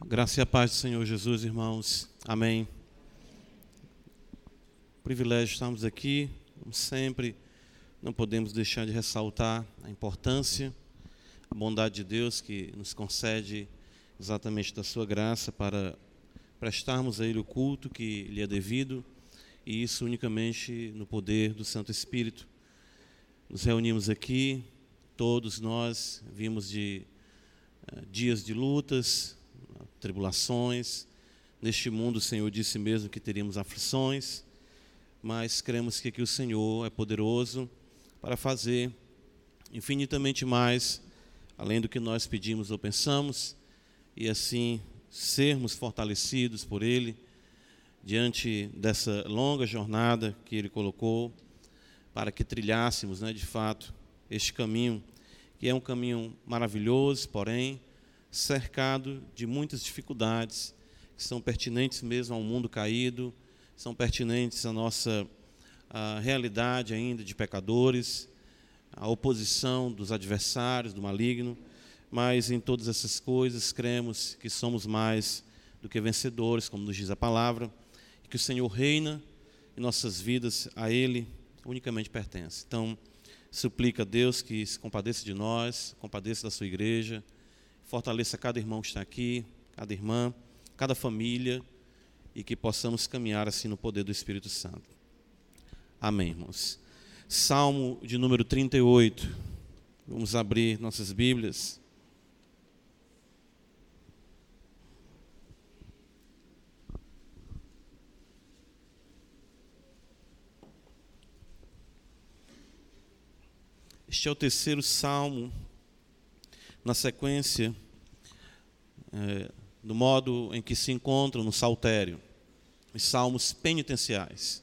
Graça e a paz do Senhor Jesus, irmãos. Amém. Privilégio estarmos aqui, como sempre, não podemos deixar de ressaltar a importância, a bondade de Deus que nos concede exatamente da sua graça para prestarmos a Ele o culto que lhe é devido, e isso unicamente no poder do Santo Espírito. Nos reunimos aqui, todos nós vimos de dias de lutas, tribulações. Neste mundo o Senhor disse mesmo que teríamos aflições, mas cremos que aqui o Senhor é poderoso para fazer infinitamente mais, além do que nós pedimos ou pensamos, e assim sermos fortalecidos por Ele, diante dessa longa jornada que Ele colocou, para que trilhássemos, de fato, este caminho, que é um caminho maravilhoso, porém, cercado de muitas dificuldades, que são pertinentes mesmo ao mundo caído, são pertinentes à nossa realidade ainda de pecadores, à oposição dos adversários, do maligno, mas em todas essas coisas cremos que somos mais do que vencedores, como nos diz a palavra, e que o Senhor reina em nossas vidas, a Ele unicamente pertence. Então, suplica a Deus que se compadeça de nós, compadeça da sua igreja, fortaleça cada irmão que está aqui, cada irmã, cada família, e que possamos caminhar assim no poder do Espírito Santo. Amém, irmãos. Salmo de número 38. Vamos abrir nossas Bíblias. Este é o terceiro salmo na sequência do modo em que se encontram no saltério, os salmos penitenciais.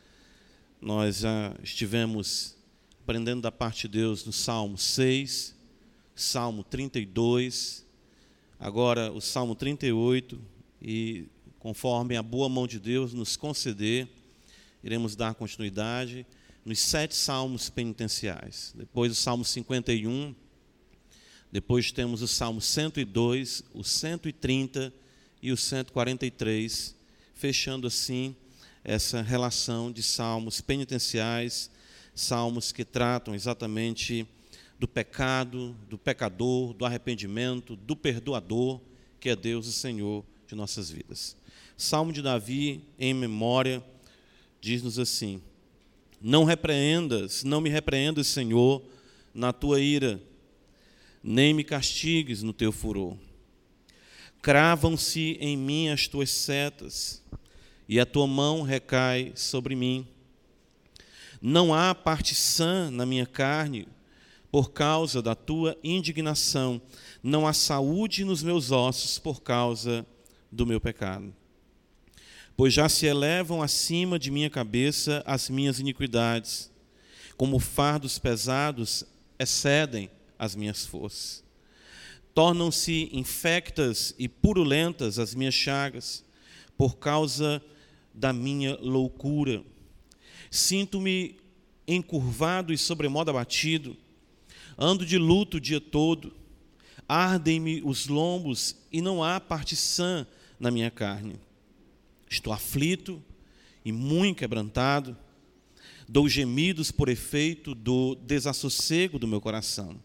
Nós já estivemos aprendendo da parte de Deus no Salmo 6, Salmo 32, agora o Salmo 38, e conforme a boa mão de Deus nos conceder, iremos dar continuidade nos 7 salmos penitenciais. Depois o Salmo 51, depois temos o Salmo 102, o 130 e o 143, fechando assim essa relação de salmos penitenciais, salmos que tratam exatamente do pecado, do pecador, do arrependimento, do perdoador, que é Deus e Senhor de nossas vidas. Salmo de Davi, em memória, diz-nos assim: não me repreendas, Senhor, na tua ira, nem me castigues no teu furor. Cravam-se em mim as tuas setas, e a tua mão recai sobre mim. Não há parte sã na minha carne, por causa da tua indignação. Não há saúde nos meus ossos, por causa do meu pecado. Pois já se elevam acima de minha cabeça as minhas iniquidades, como fardos pesados excedem as minhas forças. Tornam-se infectas e purulentas as minhas chagas, por causa da minha loucura. Sinto-me encurvado e sobremodo abatido, ando de luto o dia todo, ardem-me os lombos e não há parte sã na minha carne. Estou aflito e muito quebrantado, dou gemidos por efeito do desassossego do meu coração.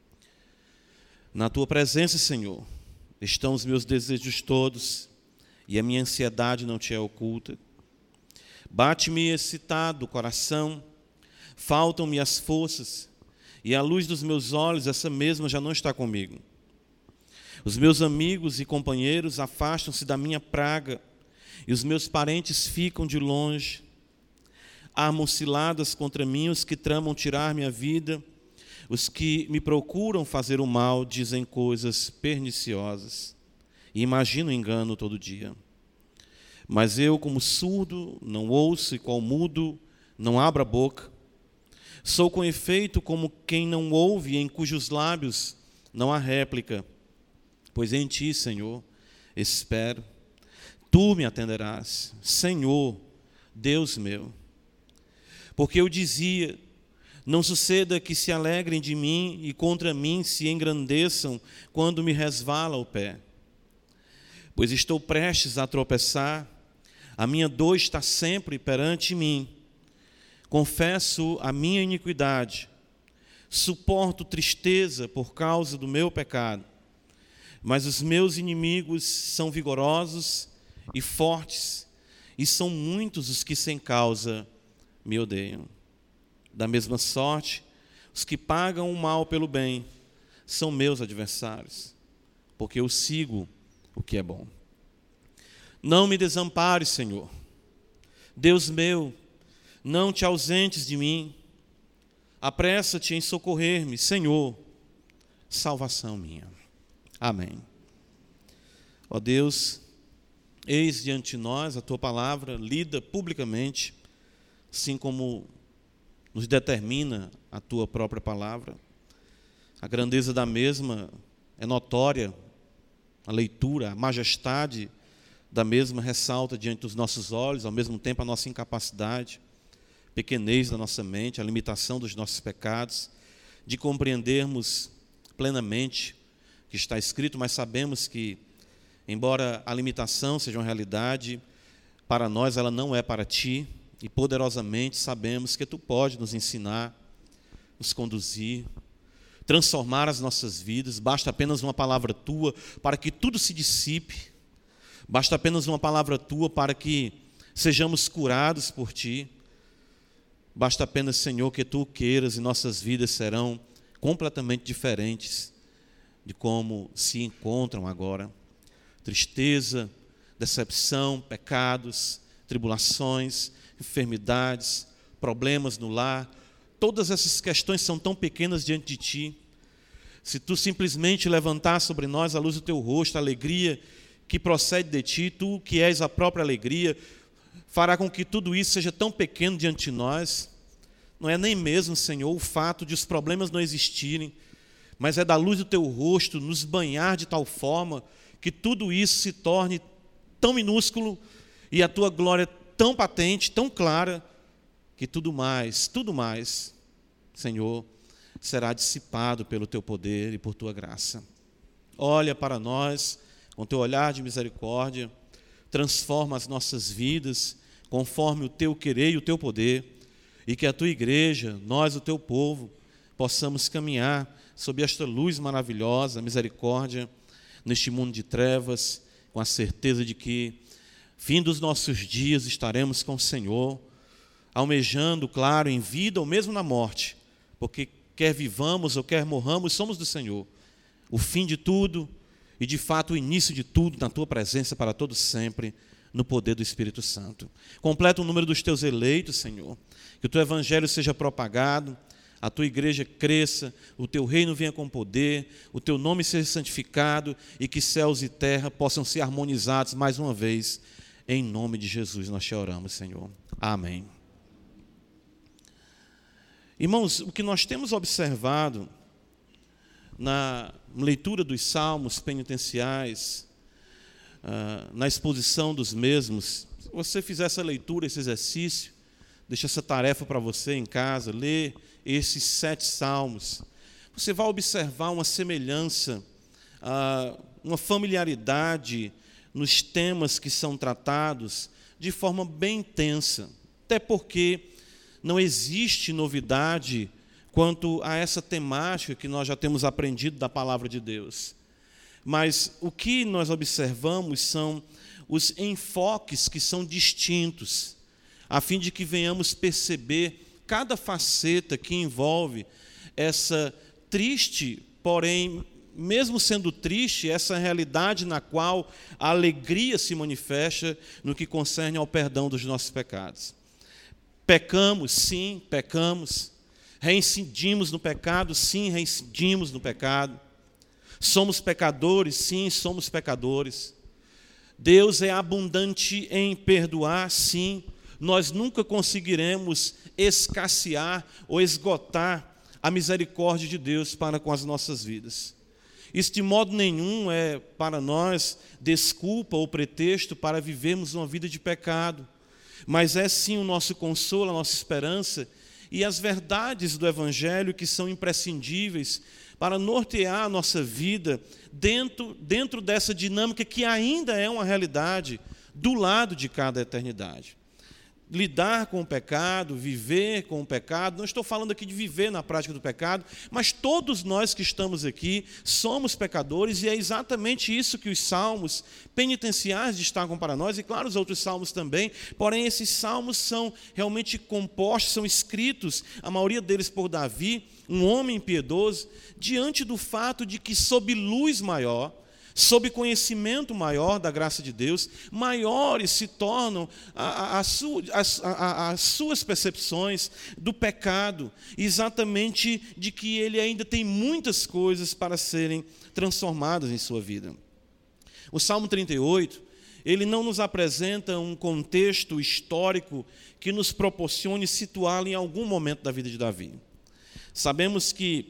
Na tua presença, Senhor, estão os meus desejos todos, e a minha ansiedade não te é oculta. Bate-me excitado o coração, faltam-me as forças, e a luz dos meus olhos, essa mesma já não está comigo. Os meus amigos e companheiros afastam-se da minha praga, e os meus parentes ficam de longe. Armam ciladas contra mim os que tramam tirar minha vida. Os que me procuram fazer o mal dizem coisas perniciosas, e imagino engano todo dia. Mas eu, como surdo, não ouço, e qual mudo, não abro a boca. Sou com efeito como quem não ouve, em cujos lábios não há réplica. Pois em ti, Senhor, espero. Tu me atenderás, Senhor, Deus meu. Porque eu dizia: não suceda que se alegrem de mim e contra mim se engrandeçam quando me resvala o pé. pois estou prestes a tropeçar, a minha dor está sempre perante mim. Confesso a minha iniquidade, suporto tristeza por causa do meu pecado, mas os meus inimigos são vigorosos e fortes, e são muitos os que sem causa me odeiam. Da mesma sorte, os que pagam o mal pelo bem são meus adversários, porque eu sigo o que é bom. Não me desampares, Senhor. Deus meu, não te ausentes de mim. Apressa-te em socorrer-me, Senhor, salvação minha. Amém. Ó Deus, eis diante de nós a Tua palavra lida publicamente, assim como nos determina a Tua própria palavra. A grandeza da mesma é notória, a leitura, a majestade da mesma ressalta diante dos nossos olhos, ao mesmo tempo a nossa incapacidade, pequenez da nossa mente, a limitação dos nossos pecados, de compreendermos plenamente o que está escrito, mas sabemos que, embora a limitação seja uma realidade, para nós ela não é para Ti, e poderosamente sabemos que Tu pode nos ensinar, nos conduzir, transformar as nossas vidas. Basta apenas uma palavra Tua para que tudo se dissipe, basta apenas uma palavra Tua para que sejamos curados por Ti. Basta apenas, Senhor, que Tu queiras e nossas vidas serão completamente diferentes de como se encontram agora. Tristeza, decepção, pecados, tribulações, enfermidades, problemas no lar, todas essas questões são tão pequenas diante de Ti. Se Tu simplesmente levantar sobre nós a luz do Teu rosto, a alegria que procede de Ti, Tu que és a própria alegria, fará com que tudo isso seja tão pequeno diante de nós. Não é nem mesmo, Senhor, o fato de os problemas não existirem, mas é da luz do Teu rosto nos banhar de tal forma que tudo isso se torne tão minúsculo e a Tua glória tão patente, tão clara, que tudo mais, Senhor, será dissipado pelo Teu poder e por Tua graça. Olha para nós com Teu olhar de misericórdia, transforma as nossas vidas conforme o Teu querer e o Teu poder, e que a Tua igreja, nós, o Teu povo, possamos caminhar sob esta luz maravilhosa, misericórdia, neste mundo de trevas, com a certeza de que, fim dos nossos dias, estaremos com o Senhor, almejando, claro, em vida ou mesmo na morte, porque quer vivamos ou quer morramos, somos do Senhor. O fim de tudo e, de fato, o início de tudo na Tua presença para todo sempre, no poder do Espírito Santo. Completa o número dos Teus eleitos, Senhor, que o Teu Evangelho seja propagado, a Tua igreja cresça, o Teu reino venha com poder, o Teu nome seja santificado e que céus e terra possam ser harmonizados mais uma vez. Em nome de Jesus nós te oramos, Senhor. Amém. Irmãos, o que nós temos observado na leitura dos salmos penitenciais, na exposição dos mesmos, se você fizer essa leitura, esse exercício, deixa essa tarefa para você em casa, ler esses 7 salmos, você vai observar uma semelhança, uma familiaridade nos temas que são tratados de forma bem intensa, até porque não existe novidade quanto a essa temática que nós já temos aprendido da palavra de Deus. Mas o que nós observamos são os enfoques que são distintos, a fim de que venhamos perceber cada faceta que envolve essa triste, porém, mesmo sendo triste, essa realidade na qual a alegria se manifesta no que concerne ao perdão dos nossos pecados. Pecamos, sim, pecamos. Reincidimos no pecado, sim, reincidimos no pecado. Somos pecadores, sim, somos pecadores. Deus é abundante em perdoar, sim. Nós nunca conseguiremos escassear ou esgotar a misericórdia de Deus para com as nossas vidas. Isso de modo nenhum é para nós desculpa ou pretexto para vivermos uma vida de pecado, mas é sim o nosso consolo, a nossa esperança e as verdades do Evangelho que são imprescindíveis para nortear a nossa vida dentro dessa dinâmica que ainda é uma realidade do lado de cada eternidade. Lidar com o pecado, viver com o pecado, não estou falando aqui de viver na prática do pecado, mas todos nós que estamos aqui somos pecadores, e é exatamente isso que os salmos penitenciais destacam para nós, e claro, os outros salmos também, porém esses salmos são realmente compostos, são escritos, a maioria deles por Davi, um homem piedoso, diante do fato de que sob luz maior, sob conhecimento maior da graça de Deus, maiores se tornam as suas percepções do pecado, exatamente de que ele ainda tem muitas coisas para serem transformadas em sua vida. O Salmo 38, ele não nos apresenta um contexto histórico que nos proporcione situá-lo em algum momento da vida de Davi. Sabemos que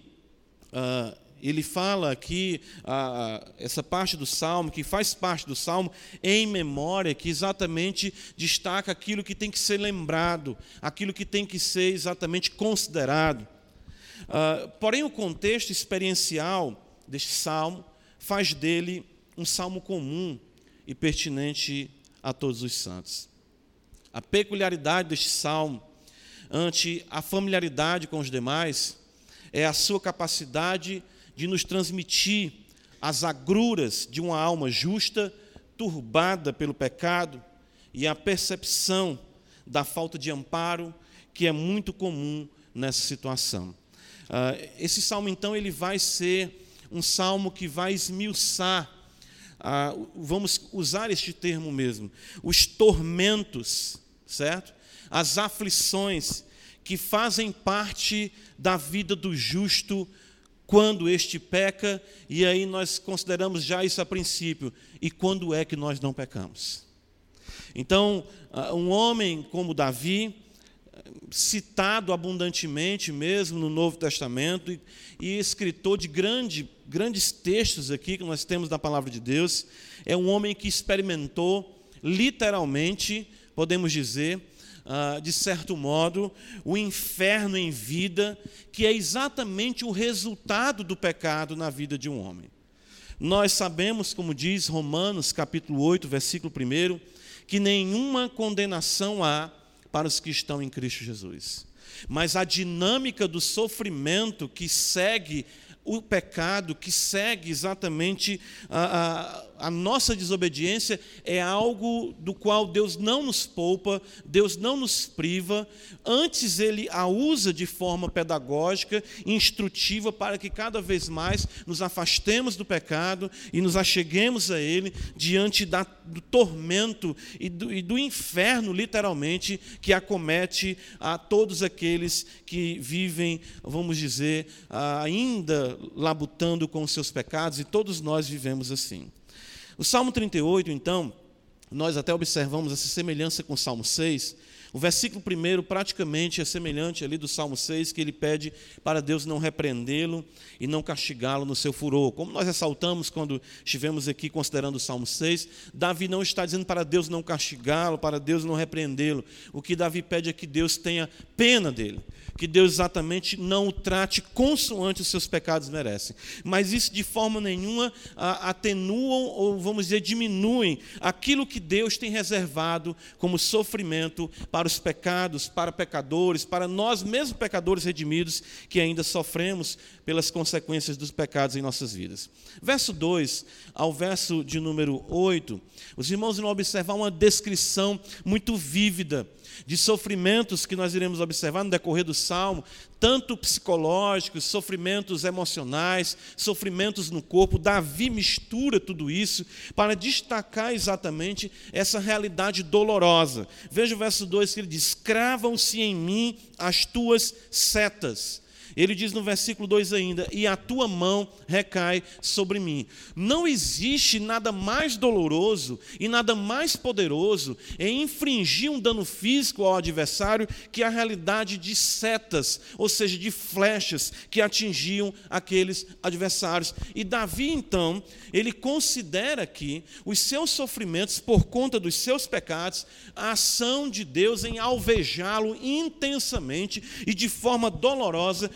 ele fala aqui, essa parte do Salmo, que faz parte do Salmo, em memória, que exatamente destaca aquilo que tem que ser lembrado, aquilo que tem que ser exatamente considerado. Porém, o contexto experiencial deste Salmo faz dele um Salmo comum e pertinente a todos os santos. A peculiaridade deste Salmo, ante a familiaridade com os demais, é a sua capacidade de nos transmitir as agruras de uma alma justa, turbada pelo pecado, e a percepção da falta de amparo, que é muito comum nessa situação. Esse salmo, então, ele vai ser um salmo que vai esmiuçar, vamos usar este termo mesmo, os tormentos, certo? As aflições que fazem parte da vida do justo quando este peca, e aí nós consideramos já isso a princípio, e quando é que nós não pecamos. Então, um homem como Davi, citado abundantemente mesmo no Novo Testamento, e escritor de grandes textos aqui que nós temos da Palavra de Deus, é um homem que experimentou, literalmente, podemos dizer, de certo modo, o inferno em vida, que é exatamente o resultado do pecado na vida de um homem. Nós sabemos, como diz Romanos, capítulo 8, versículo 1, que nenhuma condenação há para os que estão em Cristo Jesus. Mas a dinâmica do sofrimento que segue o pecado, que segue exatamente a nossa desobediência, é algo do qual Deus não nos poupa, Deus não nos priva, antes Ele a usa de forma pedagógica, instrutiva, para que cada vez mais nos afastemos do pecado e nos acheguemos a Ele diante do tormento e do inferno, literalmente, que acomete a todos aqueles que vivem, vamos dizer, ainda labutando com os seus pecados, e todos nós vivemos assim. O Salmo 38, então, nós até observamos essa semelhança com o Salmo 6. O versículo 1 praticamente é semelhante ali do Salmo 6, que ele pede para Deus não repreendê-lo e não castigá-lo no seu furor. Como nós ressaltamos quando estivemos aqui considerando o Salmo 6, Davi não está dizendo para Deus não castigá-lo, para Deus não repreendê-lo. O que Davi pede é que Deus tenha pena dele, que Deus exatamente não o trate consoante os seus pecados merecem. Mas isso de forma nenhuma atenuam ou, vamos dizer, diminuem aquilo que Deus tem reservado como sofrimento para os pecados, para pecadores, para nós mesmos pecadores redimidos que ainda sofremos pelas consequências dos pecados em nossas vidas. Verso 2 ao verso de número 8, os irmãos vão observar uma descrição muito vívida de sofrimentos que nós iremos observar no decorrer do Salmo, tanto psicológicos, sofrimentos emocionais, sofrimentos no corpo. Davi mistura tudo isso para destacar exatamente essa realidade dolorosa. Veja o verso 2 que ele diz: cravam-se em mim as tuas setas. Ele diz no versículo 2 ainda: e a tua mão recai sobre mim. Não existe nada mais doloroso e nada mais poderoso em infligir um dano físico ao adversário que a realidade de setas, ou seja, de flechas que atingiam aqueles adversários. E Davi, então, ele considera aqui os seus sofrimentos por conta dos seus pecados, a ação de Deus em alvejá-lo intensamente e de forma dolorosa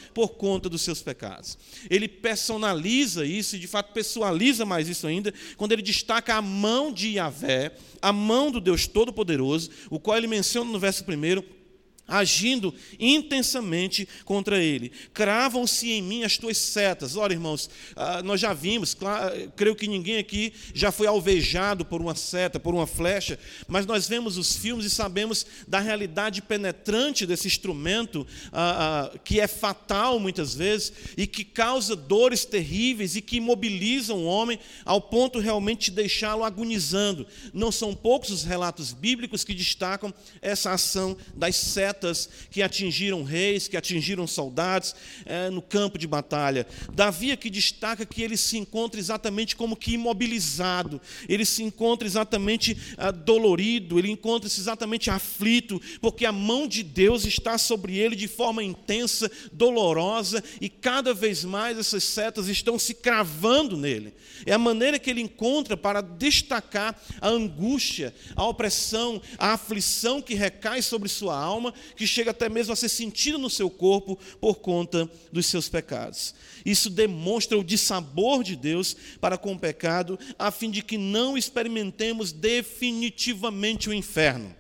por conta dos seus pecados. Ele personaliza isso e, de fato, pessoaliza mais isso ainda, quando ele destaca a mão de Yahvé, a mão do Deus Todo-Poderoso, o qual ele menciona no verso 1, agindo intensamente contra ele. Cravam-se em mim as tuas setas. Ora, irmãos, nós já vimos, creio que ninguém aqui já foi alvejado por uma seta, por uma flecha, mas nós vemos os filmes e sabemos da realidade penetrante desse instrumento, que é fatal muitas vezes, e que causa dores terríveis e que imobilizam o homem ao ponto realmente de deixá-lo agonizando. Não são poucos os relatos bíblicos que destacam essa ação das setas que atingiram reis, que atingiram soldados no campo de batalha. Davi aqui destaca que ele se encontra exatamente como que imobilizado, ele se encontra exatamente dolorido, ele encontra-se exatamente aflito, porque a mão de Deus está sobre ele de forma intensa, dolorosa, e cada vez mais essas setas estão se cravando nele. É a maneira que ele encontra para destacar a angústia, a opressão, a aflição que recai sobre sua alma, que chega até mesmo a ser sentido no seu corpo por conta dos seus pecados. Isso demonstra o dissabor de Deus para com o pecado, a fim de que não experimentemos definitivamente o inferno.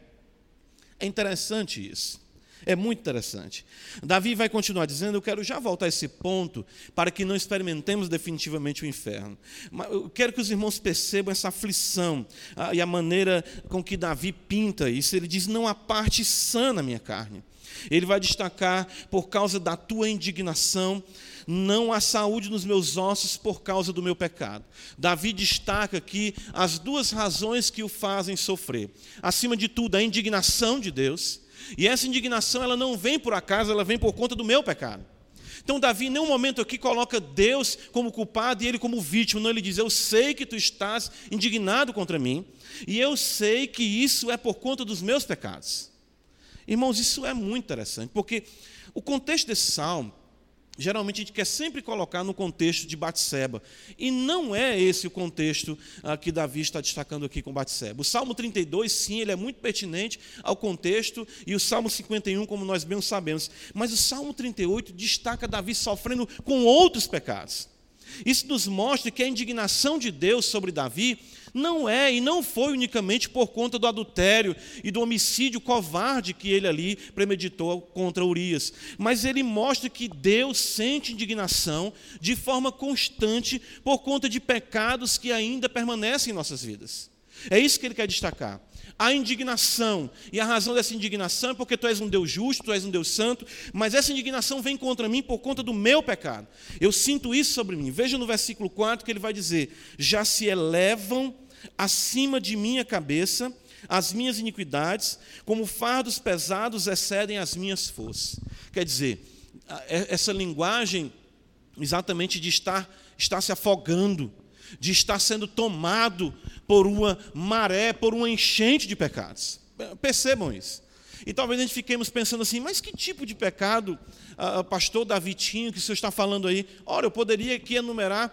É interessante isso. É muito interessante. Davi vai continuar dizendo, eu quero já voltar a esse ponto, para que não experimentemos definitivamente o inferno. Mas eu quero que os irmãos percebam essa aflição e a maneira com que Davi pinta isso. Ele diz, não há parte sã na minha carne. Ele vai destacar, por causa da tua indignação, não há saúde nos meus ossos por causa do meu pecado. Davi destaca aqui as duas razões que o fazem sofrer. Acima de tudo, a indignação de Deus. E essa indignação, ela não vem por acaso, ela vem por conta do meu pecado. Então Davi em nenhum momento aqui coloca Deus como culpado e ele como vítima. Não, ele diz, eu sei que tu estás indignado contra mim e eu sei que isso é por conta dos meus pecados. Irmãos, isso é muito interessante, porque o contexto desse salmo, geralmente a gente quer sempre colocar no contexto de Batseba. E não é esse o contexto que Davi está destacando aqui com Batseba. O Salmo 32, sim, ele é muito pertinente ao contexto, e o Salmo 51, como nós bem sabemos. Mas o Salmo 38 destaca Davi sofrendo com outros pecados. Isso nos mostra que a indignação de Deus sobre Davi não é e não foi unicamente por conta do adultério e do homicídio covarde que ele ali premeditou contra Urias, mas ele mostra que Deus sente indignação de forma constante por conta de pecados que ainda permanecem em nossas vidas. É isso que ele quer destacar. A indignação, e a razão dessa indignação é porque tu és um Deus justo, tu és um Deus santo, mas essa indignação vem contra mim por conta do meu pecado. Eu sinto isso sobre mim. Veja no versículo 4 que ele vai dizer, já se elevam acima de minha cabeça as minhas iniquidades, como fardos pesados excedem as minhas forças. Quer dizer, essa linguagem exatamente de estar se afogando, de estar sendo tomado por uma maré, por uma enchente de pecados. Percebam isso. E talvez a gente fiquemos pensando assim, mas que tipo de pecado, pastor Davitinho, que o senhor está falando aí? Ora, eu poderia aqui enumerar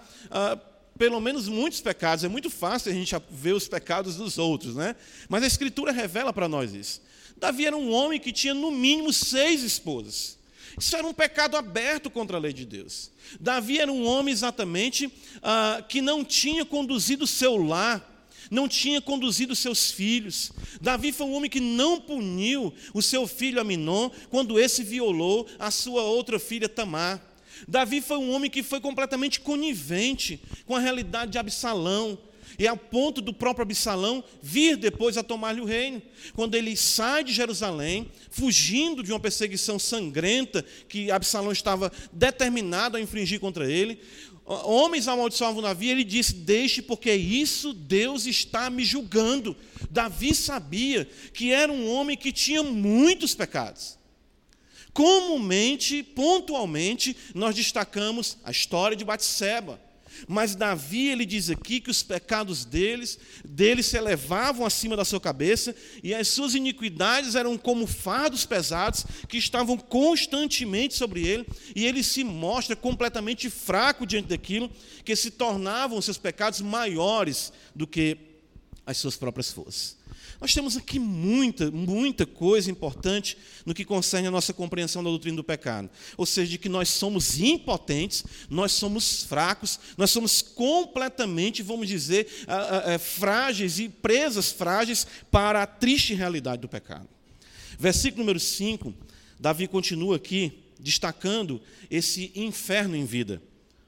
pelo menos muitos pecados. É muito fácil a gente ver os pecados dos outros, né? Mas a Escritura revela para nós isso. Davi era um homem que tinha no mínimo 6 esposas. Isso era um pecado aberto contra a lei de Deus. Davi era um homem exatamente que não tinha conduzido o seu lar, não tinha conduzido seus filhos. Davi foi um homem que não puniu o seu filho Aminon quando esse violou a sua outra filha Tamar. Davi foi um homem que foi completamente conivente com a realidade de Absalão, e ao ponto do próprio Absalão vir depois a tomar-lhe o reino. Quando ele sai de Jerusalém, fugindo de uma perseguição sangrenta que Absalão estava determinado a infringir contra ele, homens amaldiçoavam Davi, ele disse, deixe, porque isso Deus está me julgando. Davi sabia que era um homem que tinha muitos pecados. Comumente, pontualmente, nós destacamos a história de Batseba. Mas Davi, ele diz aqui que os pecados dele se elevavam acima da sua cabeça e as suas iniquidades eram como fardos pesados que estavam constantemente sobre ele, e ele se mostra completamente fraco diante daquilo, que se tornavam seus pecados maiores do que as suas próprias forças. Nós temos aqui muita coisa importante no que concerne a nossa compreensão da doutrina do pecado. Ou seja, de que nós somos impotentes, nós somos fracos, nós somos completamente, vamos dizer, frágeis e presas frágeis para a triste realidade do pecado. Versículo número 5, Davi continua aqui destacando esse inferno em vida.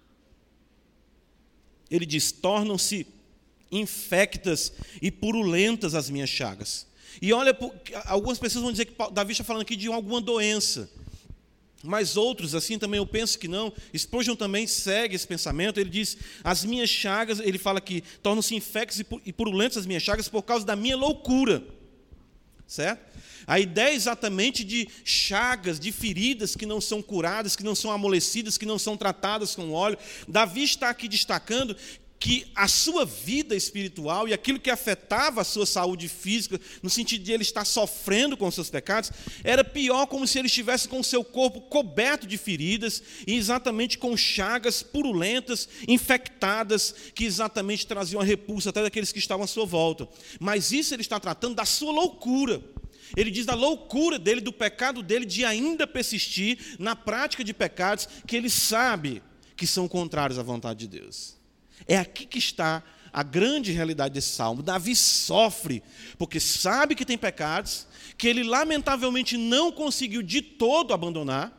Ele diz: tornam-se infectas e purulentas as minhas chagas. E olha, algumas pessoas vão dizer que Davi está falando aqui de alguma doença, mas outros, assim também eu penso que não. Spurgeon também segue esse pensamento. Ele diz: as minhas chagas, ele fala que tornam-se infectas e purulentas as minhas chagas por causa da minha loucura, certo? A ideia é exatamente de chagas, de feridas que não são curadas, que não são amolecidas, que não são tratadas com óleo. Davi está aqui destacando que a sua vida espiritual e aquilo que afetava a sua saúde física, no sentido de ele estar sofrendo com os seus pecados, era pior, como se ele estivesse com o seu corpo coberto de feridas e exatamente com chagas purulentas, infectadas, que exatamente traziam a repulsa até daqueles que estavam à sua volta. Mas isso ele está tratando da sua loucura. Ele diz da loucura dele, do pecado dele, de ainda persistir na prática de pecados que ele sabe que são contrários à vontade de Deus. É aqui que está a grande realidade desse salmo. Davi sofre, porque sabe que tem pecados, que ele lamentavelmente não conseguiu de todo abandonar,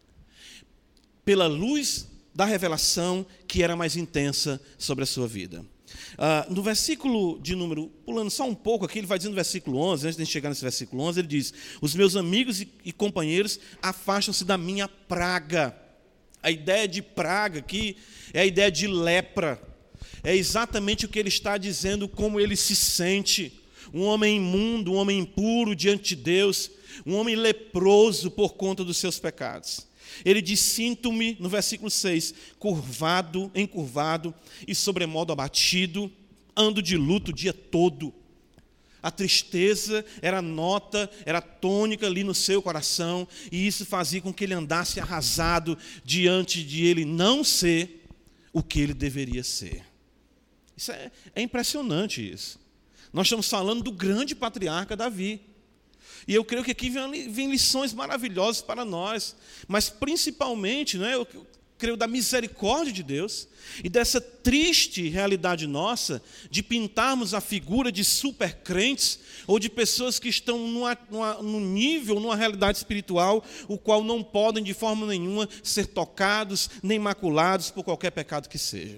pela luz da revelação que era mais intensa sobre a sua vida. No versículo de número, pulando só um pouco aqui, ele vai dizendo no versículo 11, antes de chegar nesse versículo 11, ele diz: os meus amigos e companheiros afastam-se da minha praga. A ideia de praga aqui é a ideia de lepra. É exatamente o que ele está dizendo, como ele se sente. Um homem imundo, um homem impuro diante de Deus, um homem leproso por conta dos seus pecados. Ele diz: sinto-me, no versículo 6, encurvado e sobremodo abatido, ando de luto o dia todo. A tristeza era nota, era tônica ali no seu coração, e isso fazia com que ele andasse arrasado diante de ele não ser o que ele deveria ser. Isso é impressionante isso. Nós estamos falando do grande patriarca Davi. E eu creio que aqui vem lições maravilhosas para nós, mas principalmente, eu creio, da misericórdia de Deus e dessa triste realidade nossa de pintarmos a figura de supercrentes ou de pessoas que estão num nível, numa realidade espiritual, o qual não podem de forma nenhuma ser tocados nem maculados por qualquer pecado que seja.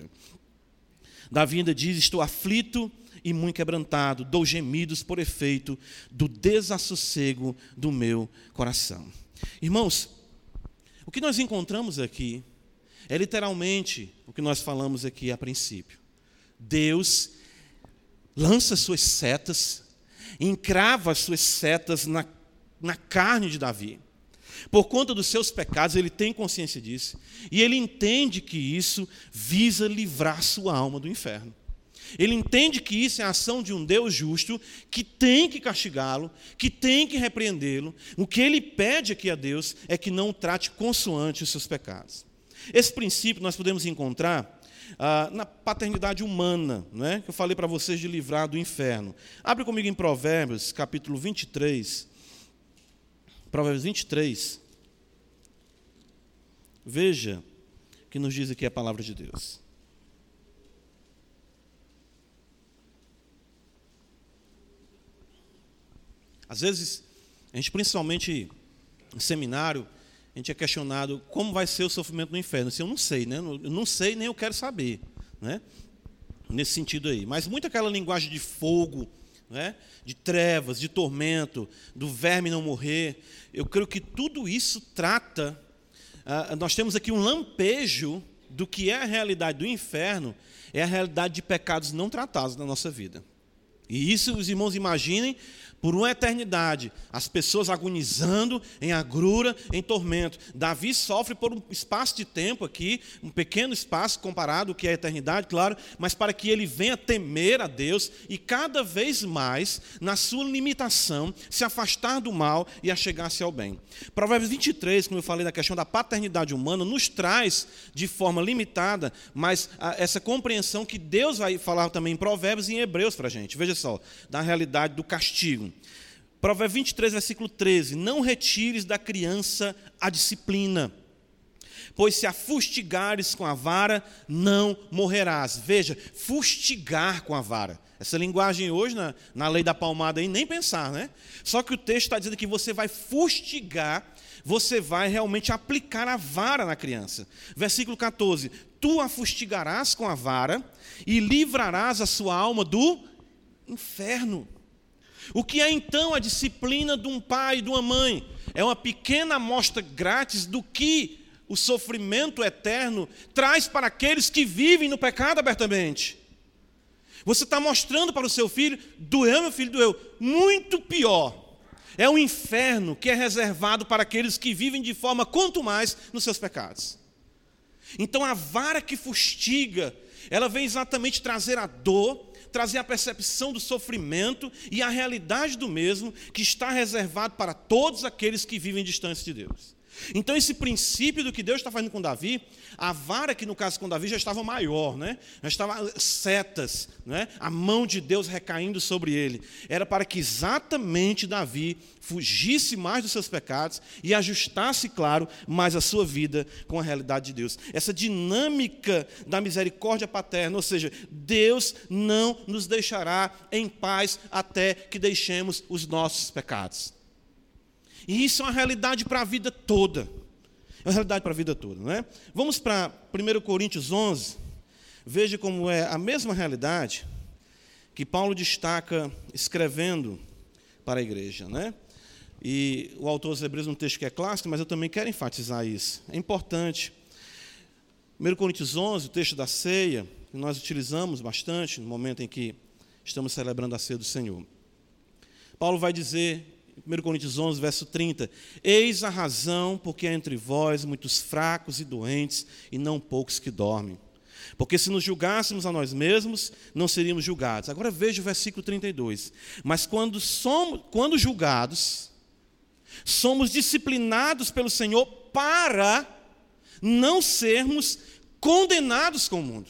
Davi ainda diz: estou aflito e muito quebrantado, dou gemidos por efeito do desassossego do meu coração. Irmãos, o que nós encontramos aqui é literalmente o que nós falamos aqui a princípio. Deus lança suas setas, encrava as suas setas na carne de Davi. Por conta dos seus pecados, ele tem consciência disso, e ele entende que isso visa livrar sua alma do inferno. Ele entende que isso é a ação de um Deus justo, que tem que castigá-lo, que tem que repreendê-lo. O que ele pede aqui a Deus é que não o trate consoante os seus pecados. Esse princípio nós podemos encontrar na paternidade humana, que eu falei para vocês de livrar do inferno. Abre comigo em Provérbios, capítulo 23. Provérbios 23. Veja o que nos diz aqui a palavra de Deus. Às vezes, a gente, principalmente em seminário, a gente é questionado como vai ser o sofrimento no inferno. Assim, eu não sei, Eu não sei, nem eu quero saber, nesse sentido aí. Mas muito aquela linguagem de fogo, de trevas, de tormento, do verme não morrer. Eu creio que tudo isso trata, nós temos aqui um lampejo do que é a realidade do inferno, é a realidade de pecados não tratados na nossa vida. E isso, os irmãos imaginem, por uma eternidade, as pessoas agonizando em agrura, em tormento. Davi sofre por um espaço de tempo aqui, um pequeno espaço comparado ao que é a eternidade, claro, mas para que ele venha temer a Deus e cada vez mais, na sua limitação, se afastar do mal e achegar-se ao bem. Provérbios 23, como eu falei da questão da paternidade humana, nos traz de forma limitada, mas essa compreensão que Deus vai falar também em Provérbios e em Hebreus para a gente. Veja veja só, da realidade do castigo. Provérbios 23, versículo 13. Não retires da criança a disciplina, pois se a fustigares com a vara, não morrerás. Veja, fustigar com a vara. Essa linguagem hoje, na lei da palmada, aí, nem pensar, né? Só que o texto está dizendo que você vai fustigar, você vai realmente aplicar a vara na criança. Versículo 14. Tu a fustigarás com a vara e livrarás a sua alma do inferno. O que é então a disciplina de um pai e de uma mãe? É uma pequena amostra grátis do que o sofrimento eterno traz para aqueles que vivem no pecado abertamente. Você está mostrando para o seu filho, doeu meu filho, doeu. Muito pior. É um inferno que é reservado para aqueles que vivem de forma contumaz nos seus pecados. Então a vara que fustiga, ela vem exatamente trazer a dor, trazer a percepção do sofrimento e a realidade do mesmo, que está reservado para todos aqueles que vivem distância de Deus. Então esse princípio do que Deus está fazendo com Davi, a vara que no caso com Davi já estava maior, né? Já estava setas, né? A mão de Deus recaindo sobre ele, era para que exatamente Davi fugisse mais dos seus pecados e ajustasse, claro, mais a sua vida com a realidade de Deus. Essa dinâmica da misericórdia paterna, ou seja, Deus não nos deixará em paz até que deixemos os nossos pecados. E isso é uma realidade para a vida toda. É uma realidade para a vida toda, não é? Vamos para 1 Coríntios 11. Veja como é a mesma realidade que Paulo destaca escrevendo para a igreja, né? E o autor dos Hebreus, um texto que é clássico, mas eu também quero enfatizar isso. É importante. 1 Coríntios 11, o texto da ceia, que nós utilizamos bastante no momento em que estamos celebrando a ceia do Senhor. Paulo vai dizer, 1 Coríntios 11, verso 30, eis a razão porque há entre vós muitos fracos e doentes, e não poucos que dormem. Porque se nos julgássemos a nós mesmos, não seríamos julgados. Agora veja o versículo 32. Mas quando julgados, somos disciplinados pelo Senhor para não sermos condenados com o mundo.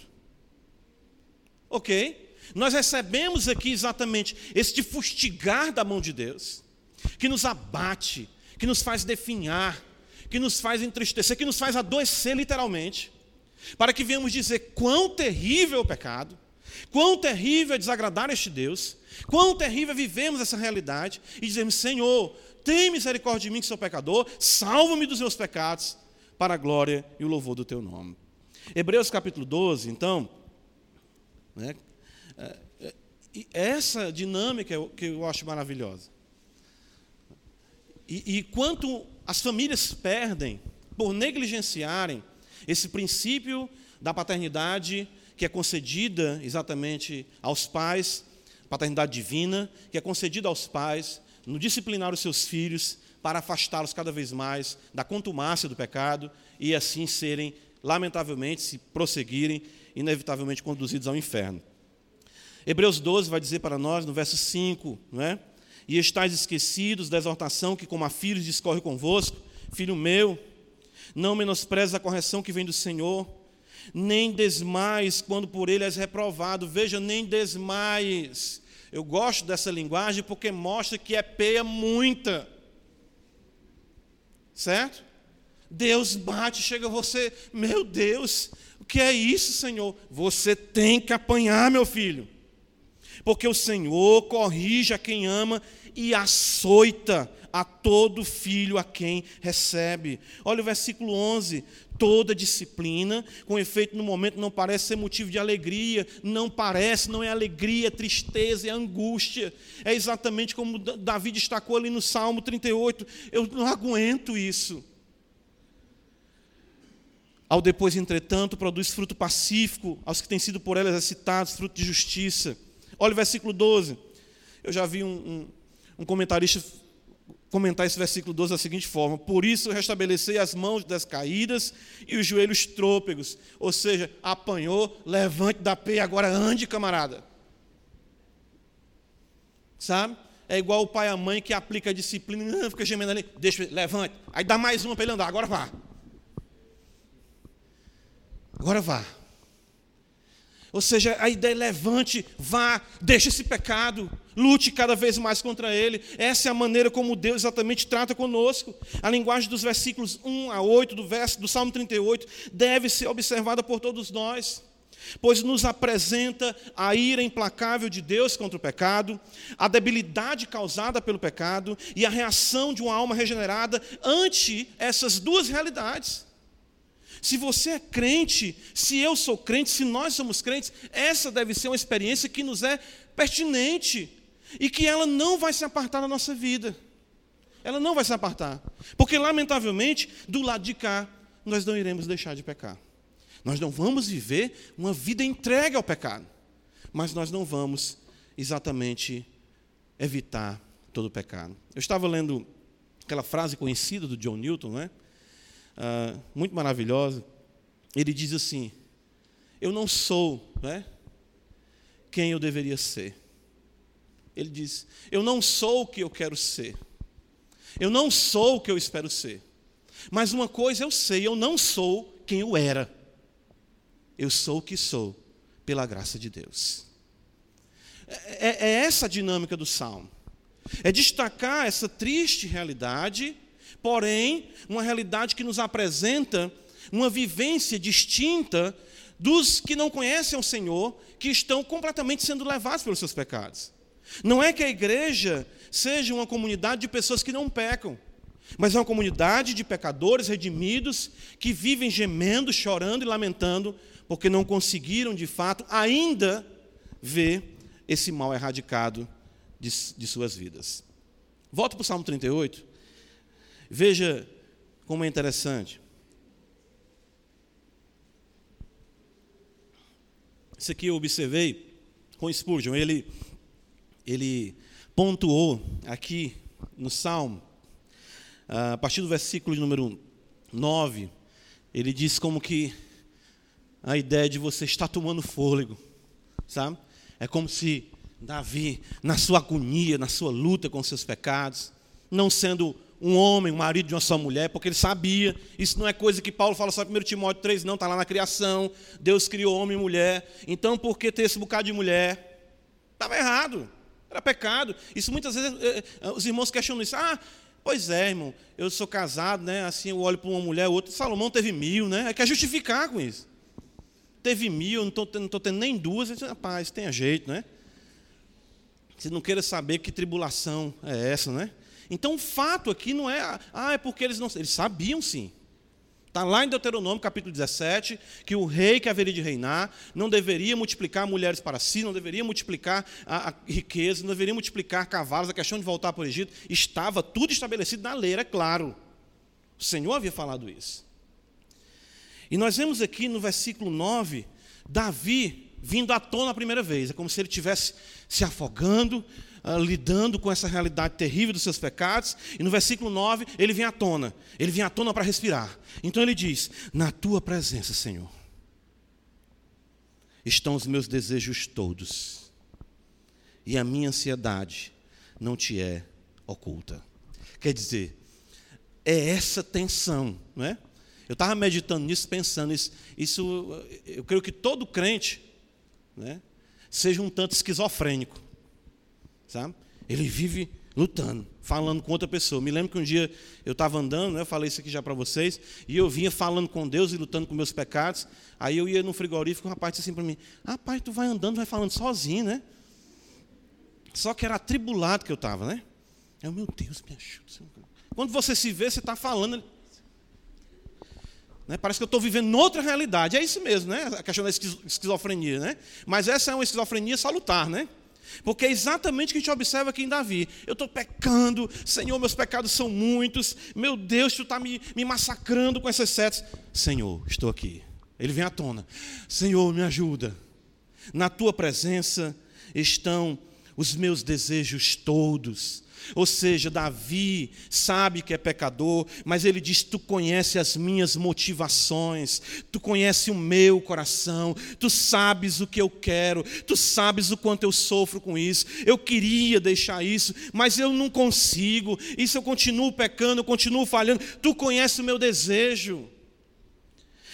Ok? Nós recebemos aqui exatamente esse fustigar da mão de Deus, que nos abate, que nos faz definhar, que nos faz entristecer, que nos faz adoecer literalmente, para que venhamos dizer quão terrível é o pecado, quão terrível é desagradar este Deus, quão terrível é vivemos essa realidade e dizemos, Senhor, tem misericórdia de mim que sou pecador, salva-me dos meus pecados, para a glória e o louvor do teu nome. Hebreus capítulo 12, então, né, essa dinâmica que eu acho maravilhosa. E quanto as famílias perdem por negligenciarem esse princípio da paternidade que é concedida exatamente aos pais, paternidade divina, que é concedida aos pais no disciplinar os seus filhos para afastá-los cada vez mais da contumácia do pecado e assim serem, lamentavelmente, se prosseguirem, inevitavelmente conduzidos ao inferno. Hebreus 12 vai dizer para nós, no verso 5, não é? E estáis esquecidos da exortação que como a filhos discorre convosco, filho meu, não menosprezes a correção que vem do Senhor, nem desmaies quando por ele és reprovado. Veja, nem desmaies. Eu gosto dessa linguagem porque mostra que é peia muita. Certo? Deus bate, chega a você, meu Deus, o que é isso, Senhor? Você tem que apanhar, meu filho. Porque o Senhor corrige a quem ama e açoita a todo filho a quem recebe. Olha o versículo 11. Toda disciplina, com efeito no momento não parece ser motivo de alegria, não é alegria, é tristeza, é angústia. É exatamente como Davi destacou ali no Salmo 38. Eu não aguento isso. Ao depois, entretanto, produz fruto pacífico aos que têm sido por ela exercitados, fruto de justiça. Olha o versículo 12. Eu já vi um comentarista comentar esse versículo 12 da seguinte forma: por isso restabelecei as mãos das caídas e os joelhos trôpegos. Ou seja, apanhou, levante da peia, agora ande, camarada. Sabe? É igual o pai e a mãe que aplica a disciplina, fica gemendo ali, deixa, levante. Aí dá mais uma para ele andar, agora vá. Agora vá. Ou seja, a ideia é levante, vá, deixe esse pecado, lute cada vez mais contra ele. Essa é a maneira como Deus exatamente trata conosco. A linguagem dos versículos 1 a 8 do Salmo 38 deve ser observada por todos nós, pois nos apresenta a ira implacável de Deus contra o pecado, a debilidade causada pelo pecado e a reação de uma alma regenerada ante essas duas realidades. Se você é crente, se eu sou crente, se nós somos crentes, essa deve ser uma experiência que nos é pertinente e que ela não vai se apartar da nossa vida. Ela não vai se apartar. Porque, lamentavelmente, do lado de cá, nós não iremos deixar de pecar. Nós não vamos viver uma vida entregue ao pecado. Mas nós não vamos exatamente evitar todo o pecado. Eu estava lendo aquela frase conhecida do John Newton, né? Muito maravilhosa. Ele diz assim: eu não sou, né, quem eu deveria ser. Ele diz: eu não sou o que eu quero ser, eu não sou o que eu espero ser, mas uma coisa eu sei: eu não sou quem eu era, eu sou o que sou pela graça de Deus. É essa a dinâmica do Salmo, é destacar essa triste realidade, porém, uma realidade que nos apresenta uma vivência distinta dos que não conhecem o Senhor, que estão completamente sendo levados pelos seus pecados. Não é que a igreja seja uma comunidade de pessoas que não pecam, mas é uma comunidade de pecadores redimidos que vivem gemendo, chorando e lamentando, porque não conseguiram, de fato, ainda ver esse mal erradicado de suas vidas. Volto para o Salmo 38. Veja como é interessante. Isso aqui eu observei com Spurgeon. Ele pontuou aqui no Salmo, a partir do versículo de número 9, ele diz como que a ideia de você estar tomando fôlego, sabe? É como se Davi, na sua agonia, na sua luta com seus pecados, não sendo um homem, um marido de uma só mulher, porque ele sabia, isso não é coisa que Paulo fala só em 1 Timóteo 3, não, está lá na criação, Deus criou homem e mulher, então por que ter esse bocado de mulher? Estava errado, era pecado. Isso muitas vezes, os irmãos questionam isso, pois é, irmão, eu sou casado, né? Assim eu olho para uma mulher, outra, Salomão teve 1000, né? Aí quer justificar com isso. Teve 1000, eu não estou tendo nem duas, eu disse, rapaz, tenha jeito, né? Você não queira saber que tribulação é essa, né? Então o fato aqui não é, é porque eles sabiam sim. Está lá em Deuteronômio capítulo 17, que o rei que haveria de reinar não deveria multiplicar mulheres para si, não deveria multiplicar a riqueza, não deveria multiplicar cavalos, a questão de voltar para o Egito, estava tudo estabelecido na lei, é claro. O Senhor havia falado isso. E nós vemos aqui no versículo 9, Davi vindo à tona a primeira vez, é como se ele estivesse se afogando, lidando com essa realidade terrível dos seus pecados, e no versículo 9 ele vem à tona para respirar. Então ele diz: na tua presença, Senhor, estão os meus desejos todos, e a minha ansiedade não te é oculta. Quer dizer, é essa tensão, não é? Eu estava meditando nisso, pensando isso, eu creio que todo crente, né, seja um tanto esquizofrênico, sabe? Ele vive lutando, falando com outra pessoa. Me lembro que um dia eu estava andando, né, eu falei isso aqui já para vocês, e eu vinha falando com Deus e lutando com meus pecados. Aí eu ia no frigorífico, o rapaz disse assim para mim: rapaz, tu vai andando, vai falando sozinho, né? Só que era atribulado que eu estava, né? Eu, meu Deus, me ajuda. Quando você se vê, você está falando, né? Parece que eu estou vivendo noutra realidade. É isso mesmo, né? A questão da esquizofrenia, né? Mas essa é uma esquizofrenia salutar, né? Porque é exatamente o que a gente observa aqui em Davi. Eu estou pecando, Senhor, meus pecados são muitos, meu Deus, tu está me massacrando com essas setas. Senhor, estou aqui. Ele vem à tona: Senhor, me ajuda. Na tua presença estão os meus desejos todos. Ou seja, Davi sabe que é pecador, mas ele diz: tu conheces as minhas motivações, tu conheces o meu coração, tu sabes o que eu quero, tu sabes o quanto eu sofro com isso. Eu queria deixar isso, mas eu não consigo. Isso eu continuo pecando, eu continuo falhando. Tu conheces o meu desejo.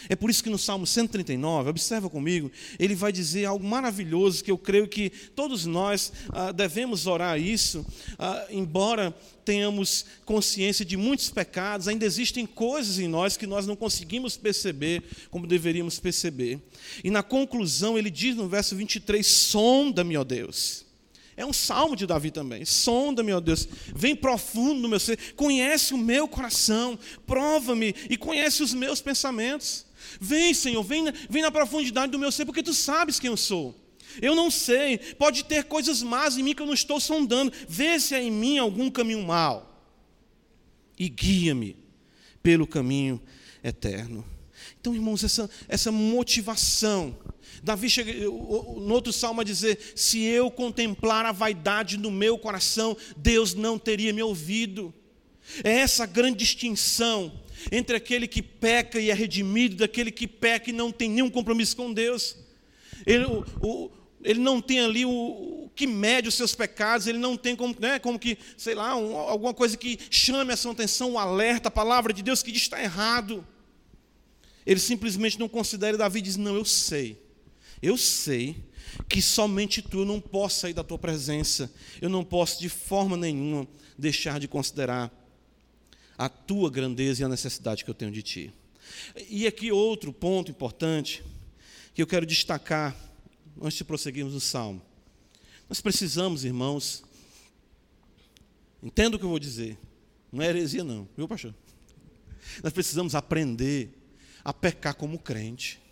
É por isso que no Salmo 139, observa comigo, ele vai dizer algo maravilhoso que eu creio que todos nós devemos orar isso, embora tenhamos consciência de muitos pecados, ainda existem coisas em nós que nós não conseguimos perceber como deveríamos perceber. E na conclusão ele diz no verso 23, sonda-me, ó Deus. É um salmo de Davi também. Sonda-me, ó Deus, vem profundo no meu ser, conhece o meu coração, prova-me e conhece os meus pensamentos. Vem, Senhor, vem na profundidade do meu ser, porque Tu sabes quem eu sou. Eu não sei, pode ter coisas más em mim que eu não estou sondando. Vê se há em mim algum caminho mau e guia-me pelo caminho eterno. Então, irmãos, essa motivação, Davi chega no outro salmo a dizer, se eu contemplar a vaidade no meu coração, Deus não teria me ouvido. É essa grande distinção entre aquele que peca e é redimido, daquele que peca e não tem nenhum compromisso com Deus. Ele não tem ali o que mede os seus pecados, ele não tem como que, sei lá, alguma coisa que chame a sua atenção, um alerta, a palavra de Deus que diz que está errado. Ele simplesmente não considera. Davi diz, não, eu sei que somente Tu, eu não posso sair da Tua presença, eu não posso de forma nenhuma deixar de considerar a Tua grandeza e a necessidade que eu tenho de Ti. E aqui outro ponto importante que eu quero destacar antes de prosseguirmos no Salmo. Nós precisamos, irmãos, entenda o que eu vou dizer, não é heresia não, viu, pastor? Nós precisamos aprender a pecar como crente.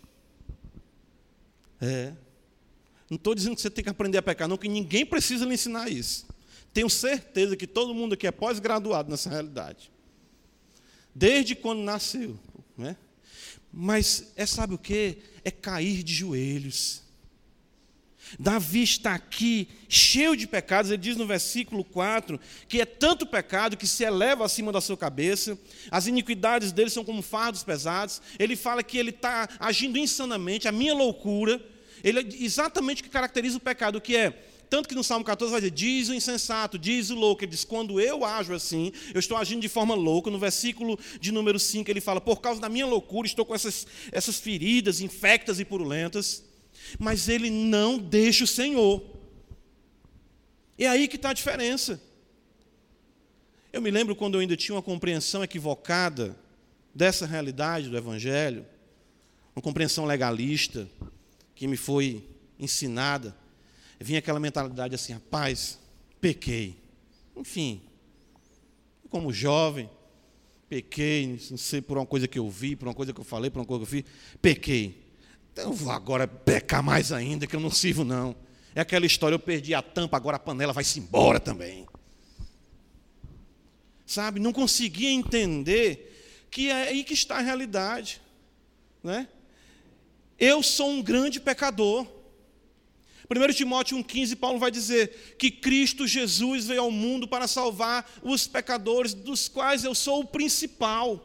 Não estou dizendo que você tem que aprender a pecar, não, que ninguém precisa lhe ensinar isso. Tenho certeza que todo mundo aqui é pós-graduado nessa realidade. Desde quando nasceu. Né? Mas sabe o quê? É cair de joelhos. Davi está aqui cheio de pecados. Ele diz no versículo 4 que é tanto pecado que se eleva acima da sua cabeça, as iniquidades dele são como fardos pesados. Ele fala que ele está agindo insanamente, a minha loucura. Ele é exatamente o que caracteriza o pecado, que é, tanto que no Salmo 14 vai dizer, diz o insensato, diz o louco. Ele diz, quando eu ajo assim, eu estou agindo de forma louca. No versículo de número 5 ele fala, por causa da minha loucura, estou com essas feridas infectas e purulentas. Mas ele não deixa o Senhor. É aí que está a diferença. Eu me lembro quando eu ainda tinha uma compreensão equivocada dessa realidade do Evangelho, uma compreensão legalista que me foi ensinada. Vinha aquela mentalidade assim, rapaz, pequei. Enfim, como jovem, pequei, não sei, por uma coisa que eu vi, por uma coisa que eu falei, por uma coisa que eu fiz, pequei. Então eu vou agora pecar mais ainda, que eu não sirvo não. É aquela história, eu perdi a tampa, agora a panela vai-se embora também. Sabe, não conseguia entender que é aí que está a realidade. Né? Eu sou um grande pecador. 1 Timóteo 1,15, Paulo vai dizer que Cristo Jesus veio ao mundo para salvar os pecadores, dos quais eu sou o principal.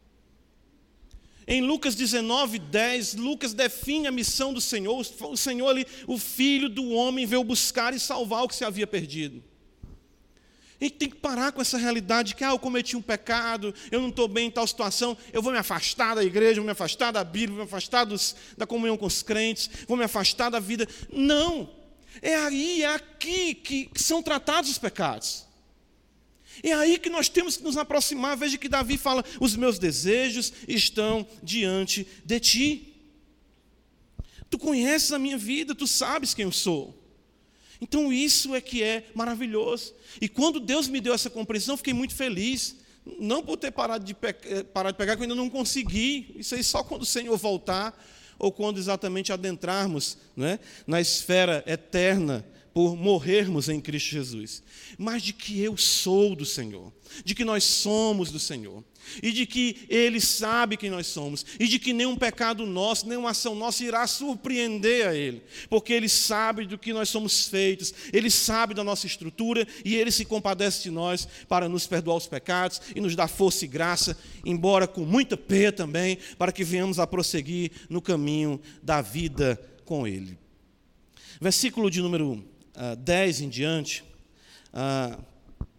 Em Lucas 19:10, Lucas define a missão do Senhor. O Senhor ali, o Filho do homem, veio buscar e salvar o que se havia perdido. A gente tem que parar com essa realidade que eu cometi um pecado, eu não estou bem em tal situação, eu vou me afastar da igreja, vou me afastar da Bíblia, vou me afastar da comunhão com os crentes, vou me afastar da vida. Não, é aqui que são tratados os pecados. É aí que nós temos que nos aproximar. Veja que Davi fala, os meus desejos estão diante de Ti. Tu conheces a minha vida, Tu sabes quem eu sou. Então isso é que é maravilhoso. E quando Deus me deu essa compreensão, eu fiquei muito feliz. Não por ter parado de pecar, que eu ainda não consegui. Isso aí só quando o Senhor voltar, ou quando exatamente adentrarmos, né, na esfera eterna, por morrermos em Cristo Jesus. Mas de que eu sou do Senhor, de que nós somos do Senhor, e de que Ele sabe quem nós somos, e de que nenhum pecado nosso, nenhuma ação nossa irá surpreender a Ele, porque Ele sabe do que nós somos feitos, Ele sabe da nossa estrutura, e Ele se compadece de nós para nos perdoar os pecados e nos dar força e graça, embora com muita peia também, para que venhamos a prosseguir no caminho da vida com Ele. Versículo de número 10 em diante,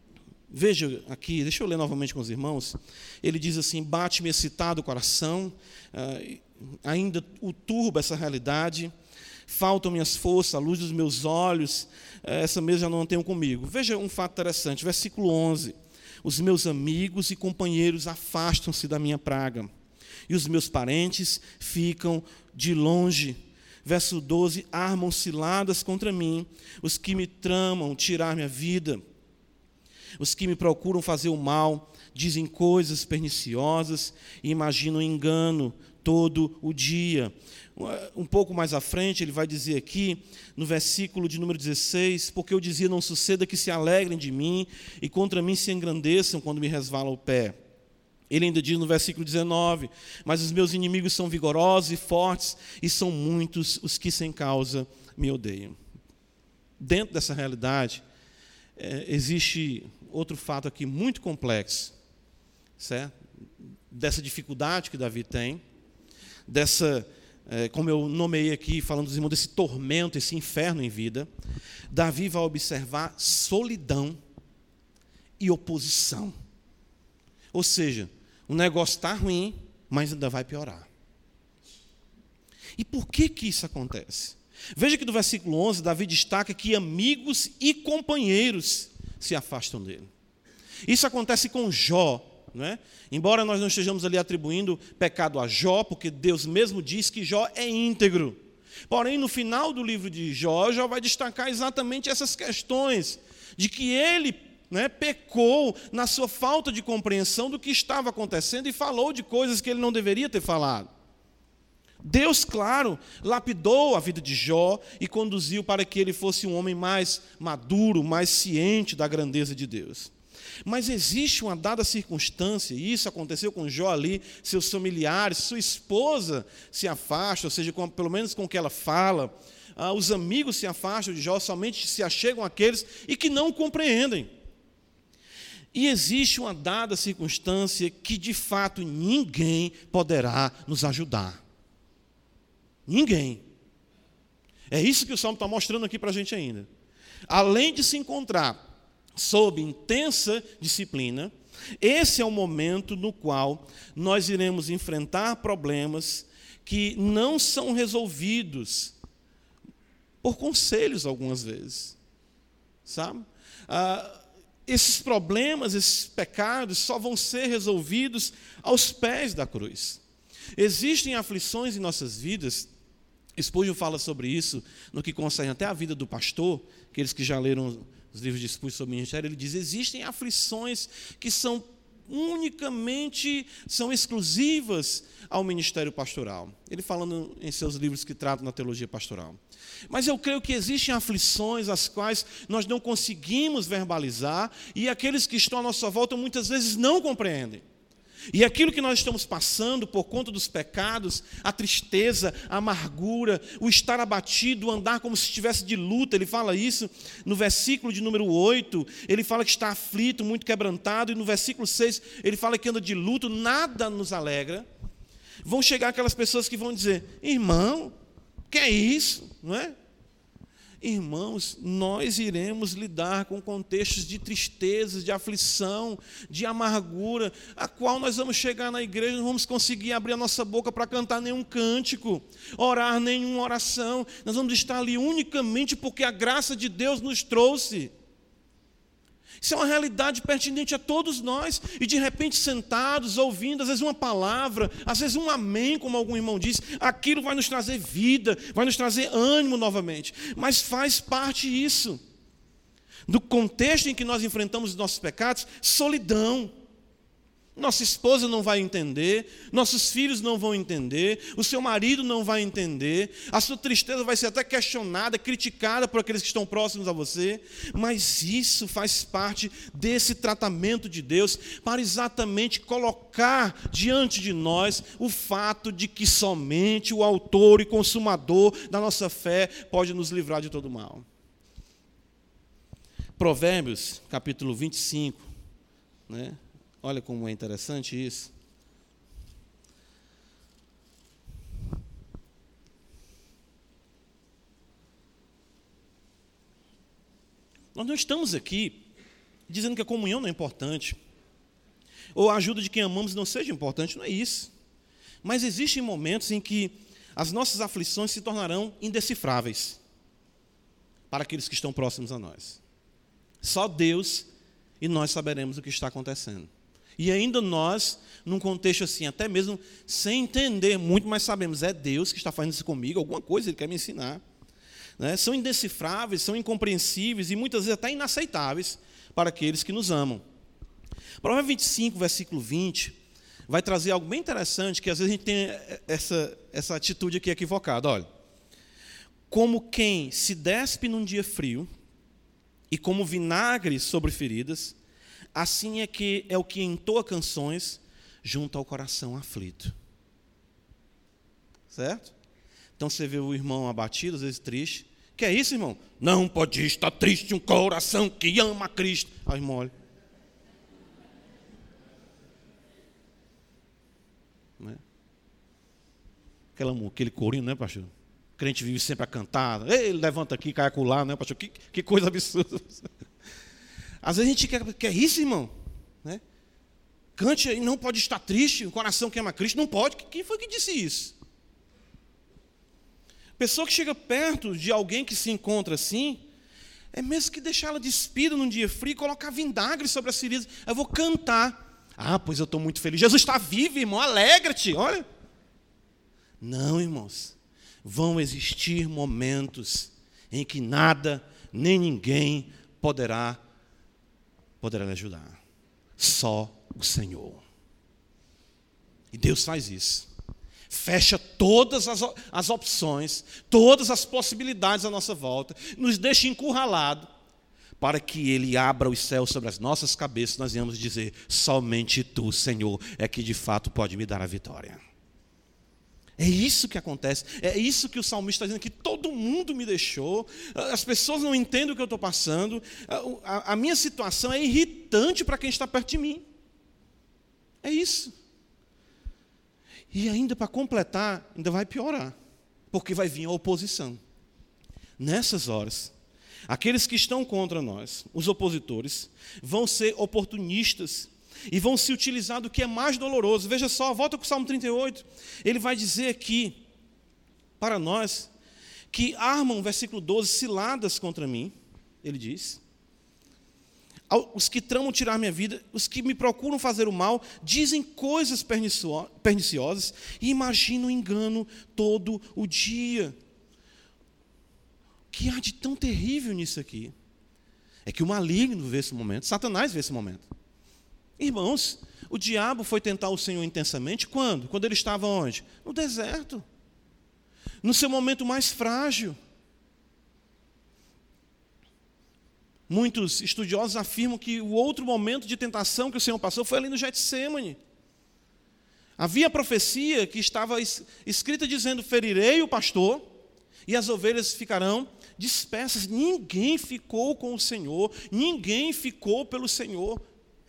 Veja aqui, deixa eu ler novamente com os irmãos. Ele diz assim: bate-me excitado o coração, ainda o turba essa realidade, faltam-me as forças, a luz dos meus olhos, essa mesmo já não tenho comigo. Veja um fato interessante, versículo 11: os meus amigos e companheiros afastam-se da minha praga, e os meus parentes ficam de longe. Verso 12: armam ciladas contra mim, os que me tramam tirar minha vida. Os que me procuram fazer o mal dizem coisas perniciosas e imaginam engano todo o dia. Um pouco mais à frente, ele vai dizer aqui, no versículo de número 16: porque eu dizia, não suceda que se alegrem de mim e contra mim se engrandeçam quando me resvala o pé. Ele ainda diz no versículo 19: mas os meus inimigos são vigorosos e fortes, e são muitos os que sem causa me odeiam. Dentro dessa realidade, existe outro fato aqui muito complexo, certo? Dessa dificuldade que Davi tem, como eu nomeei aqui, falando dos irmãos, desse tormento, esse inferno em vida. Davi vai observar solidão e oposição. Ou seja, o negócio está ruim, mas ainda vai piorar. E por que isso acontece? Veja que do versículo 11, Davi destaca que amigos e companheiros se afastam dele. Isso acontece com Jó, não é? Embora nós não estejamos ali atribuindo pecado a Jó, porque Deus mesmo diz que Jó é íntegro. Porém, no final do livro de Jó, Jó vai destacar exatamente essas questões, de que ele pecou na sua falta de compreensão do que estava acontecendo e falou de coisas que ele não deveria ter falado. Deus, claro, lapidou a vida de Jó e conduziu para que ele fosse um homem mais maduro, mais ciente da grandeza de Deus. Mas existe uma dada circunstância, e isso aconteceu com Jó ali, seus familiares, sua esposa se afasta, ou seja, pelo menos com o que ela fala, os amigos se afastam de Jó, somente se achegam àqueles e que não o compreendem. E existe uma dada circunstância que, de fato, ninguém poderá nos ajudar. Ninguém. É isso que o Salmo está mostrando aqui para a gente ainda. Além de se encontrar sob intensa disciplina, esse é o momento no qual nós iremos enfrentar problemas que não são resolvidos por conselhos algumas vezes. Sabe? Esses problemas, esses pecados só vão ser resolvidos aos pés da cruz. Existem aflições em nossas vidas. Spurgeon fala sobre isso no que concerne até a vida do pastor. Aqueles que já leram os livros de Spurgeon sobre ministério, ele diz: existem aflições que são exclusivas ao ministério pastoral. Ele falando em seus livros que tratam da teologia pastoral. Mas eu creio que existem aflições as quais nós não conseguimos verbalizar e aqueles que estão à nossa volta muitas vezes não compreendem. E aquilo que nós estamos passando por conta dos pecados, a tristeza, a amargura, o estar abatido, o andar como se estivesse de luta, ele fala isso no versículo de número 8, ele fala que está aflito, muito quebrantado, e no versículo 6 ele fala que anda de luto, nada nos alegra. Vão chegar aquelas pessoas que vão dizer: irmão, que é isso? Não é? Irmãos, nós iremos lidar com contextos de tristeza, de aflição, de amargura, a qual nós vamos chegar na igreja, não vamos conseguir abrir a nossa boca para cantar nenhum cântico, orar nenhuma oração, nós vamos estar ali unicamente porque a graça de Deus nos trouxe. Isso é uma realidade pertinente a todos nós, e de repente sentados, ouvindo, às vezes uma palavra, às vezes um amém, como algum irmão disse, aquilo vai nos trazer vida, vai nos trazer ânimo novamente, mas faz parte isso, do contexto em que nós enfrentamos os nossos pecados, solidão. Nossa esposa não vai entender, nossos filhos não vão entender, o seu marido não vai entender, a sua tristeza vai ser até questionada, criticada por aqueles que estão próximos a você, mas isso faz parte desse tratamento de Deus para exatamente colocar diante de nós o fato de que somente o autor e consumador da nossa fé pode nos livrar de todo mal. Provérbios, capítulo 25, né? Olha como é interessante isso. Nós não estamos aqui dizendo que a comunhão não é importante, ou a ajuda de quem amamos não seja importante, não é isso. Mas existem momentos em que as nossas aflições se tornarão indecifráveis para aqueles que estão próximos a nós. Só Deus e nós saberemos o que está acontecendo. E ainda nós, num contexto assim, até mesmo sem entender muito, mas sabemos, é Deus que está fazendo isso comigo, alguma coisa Ele quer me ensinar. Né? São indecifráveis, são incompreensíveis e muitas vezes até inaceitáveis para aqueles que nos amam. Provérbios 25, versículo 20, vai trazer algo bem interessante, que às vezes a gente tem essa atitude aqui equivocada. Olha, como quem se despe num dia frio, e como vinagre sobre feridas, assim é o que entoa canções junto ao coração aflito. Certo? Então você vê o irmão abatido, às vezes triste. Que é isso, irmão? Não pode estar triste um coração que ama a Cristo. Aí, irmão, olha. Né? Aquele corinho, né, pastor? O crente vive sempre a cantar. Ele levanta aqui, cai acolá, né, pastor? Que coisa absurda. Às vezes a gente quer isso, irmão. Né? Cante aí, não pode estar triste, o coração que ama Cristo. Não pode. Quem foi que disse isso? Pessoa que chega perto de alguém que se encontra assim, é mesmo que deixar ela despida num dia frio e colocar vinagre sobre as feridas. Eu vou cantar. Ah, pois eu estou muito feliz. Jesus está vivo, irmão, alegra-te, olha. Não, irmãos. Vão existir momentos em que nada, nem ninguém poderá lhe ajudar. Só o Senhor. E Deus faz isso. Fecha todas as opções, todas as possibilidades à nossa volta, nos deixa encurralados, para que Ele abra os céus sobre as nossas cabeças, nós venhamos dizer, somente Tu, Senhor, é que de fato pode me dar a vitória. É isso que acontece, é isso que o salmista está dizendo, que todo mundo me deixou, as pessoas não entendem o que eu estou passando, a minha situação é irritante para quem está perto de mim. É isso. E ainda para completar, ainda vai piorar, porque vai vir a oposição. Nessas horas, aqueles que estão contra nós, os opositores, vão ser oportunistas e vão se utilizar do que é mais doloroso. Veja só, volta com o Salmo 38, ele vai dizer aqui, para nós, que armam, versículo 12, ciladas contra mim, ele diz. Os que tramam tirar minha vida, os que me procuram fazer o mal, dizem coisas perniciosas e imaginam engano todo o dia. O que há de tão terrível nisso aqui? É que o maligno vê esse momento, Satanás vê esse momento. Irmãos, o diabo foi tentar o Senhor intensamente quando? Quando ele estava onde? No deserto. No seu momento mais frágil. Muitos estudiosos afirmam que o outro momento de tentação que o Senhor passou foi ali no Getsêmani. Havia profecia que estava escrita dizendo, ferirei o pastor e as ovelhas ficarão dispersas. Ninguém ficou com o Senhor, ninguém ficou pelo Senhor.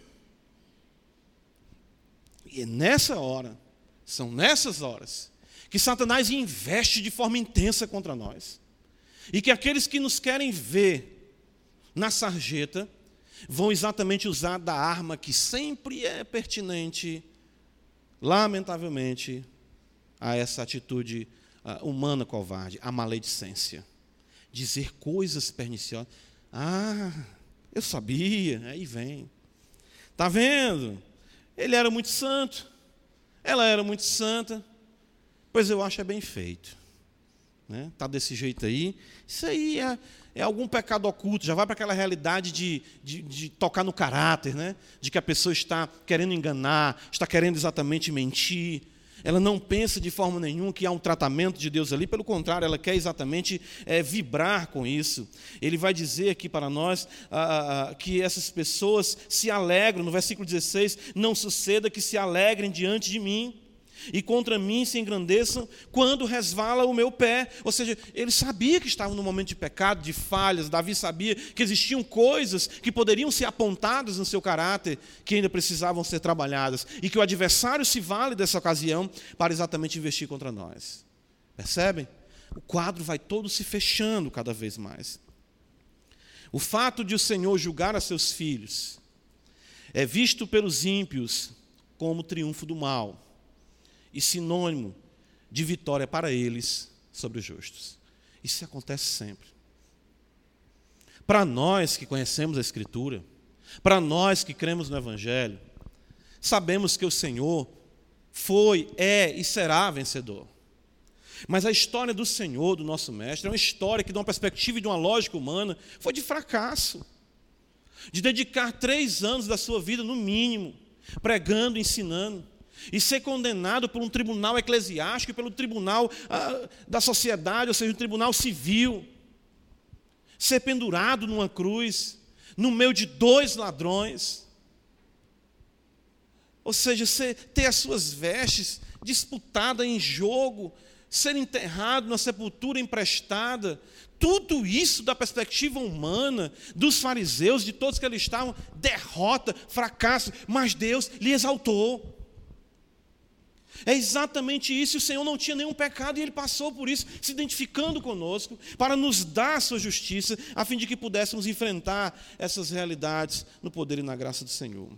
E é nessa hora, são nessas horas, que Satanás investe de forma intensa contra nós. E que aqueles que nos querem ver na sarjeta, vão exatamente usar da arma que sempre é pertinente, lamentavelmente, a essa atitude humana covarde, a maledicência. Dizer coisas perniciosas. Ah, eu sabia, aí vem. Está vendo? Ele era muito santo, ela era muito santa, pois eu acho é bem feito. Está desse jeito aí, isso aí é algum pecado oculto, já vai para aquela realidade de tocar no caráter, né? De que a pessoa está querendo enganar, está querendo exatamente mentir, ela não pensa de forma nenhuma que há um tratamento de Deus ali, pelo contrário, ela quer exatamente vibrar com isso. Ele vai dizer aqui para nós que essas pessoas se alegram, no versículo 16, não suceda que se alegrem diante de mim, e contra mim se engrandeçam quando resvala o meu pé. Ou seja, ele sabia que estava num momento de pecado, de falhas. Davi sabia que existiam coisas que poderiam ser apontadas no seu caráter, que ainda precisavam ser trabalhadas, e que o adversário se vale dessa ocasião para exatamente investir contra nós. Percebem? O quadro vai todo se fechando cada vez mais. O fato de o Senhor julgar a seus filhos é visto pelos ímpios como triunfo do mal e sinônimo de vitória para eles sobre os justos. Isso acontece sempre. Para nós que conhecemos a Escritura, para nós que cremos no Evangelho, sabemos que o Senhor foi, é e será vencedor. Mas a história do Senhor, do nosso Mestre, é uma história que, de uma perspectiva e de uma lógica humana, foi de fracasso. De dedicar 3 anos da sua vida, no mínimo, pregando, ensinando, e ser condenado por um tribunal eclesiástico, pelo tribunal da sociedade, ou seja, um tribunal civil, ser pendurado numa cruz, no meio de 2 ladrões, ou seja, ter as suas vestes disputadas em jogo, ser enterrado na sepultura emprestada, tudo isso da perspectiva humana, dos fariseus, de todos que ali estavam, derrota, fracasso, mas Deus lhe exaltou. É exatamente isso, o Senhor não tinha nenhum pecado e Ele passou por isso, se identificando conosco, para nos dar a sua justiça, a fim de que pudéssemos enfrentar essas realidades no poder e na graça do Senhor.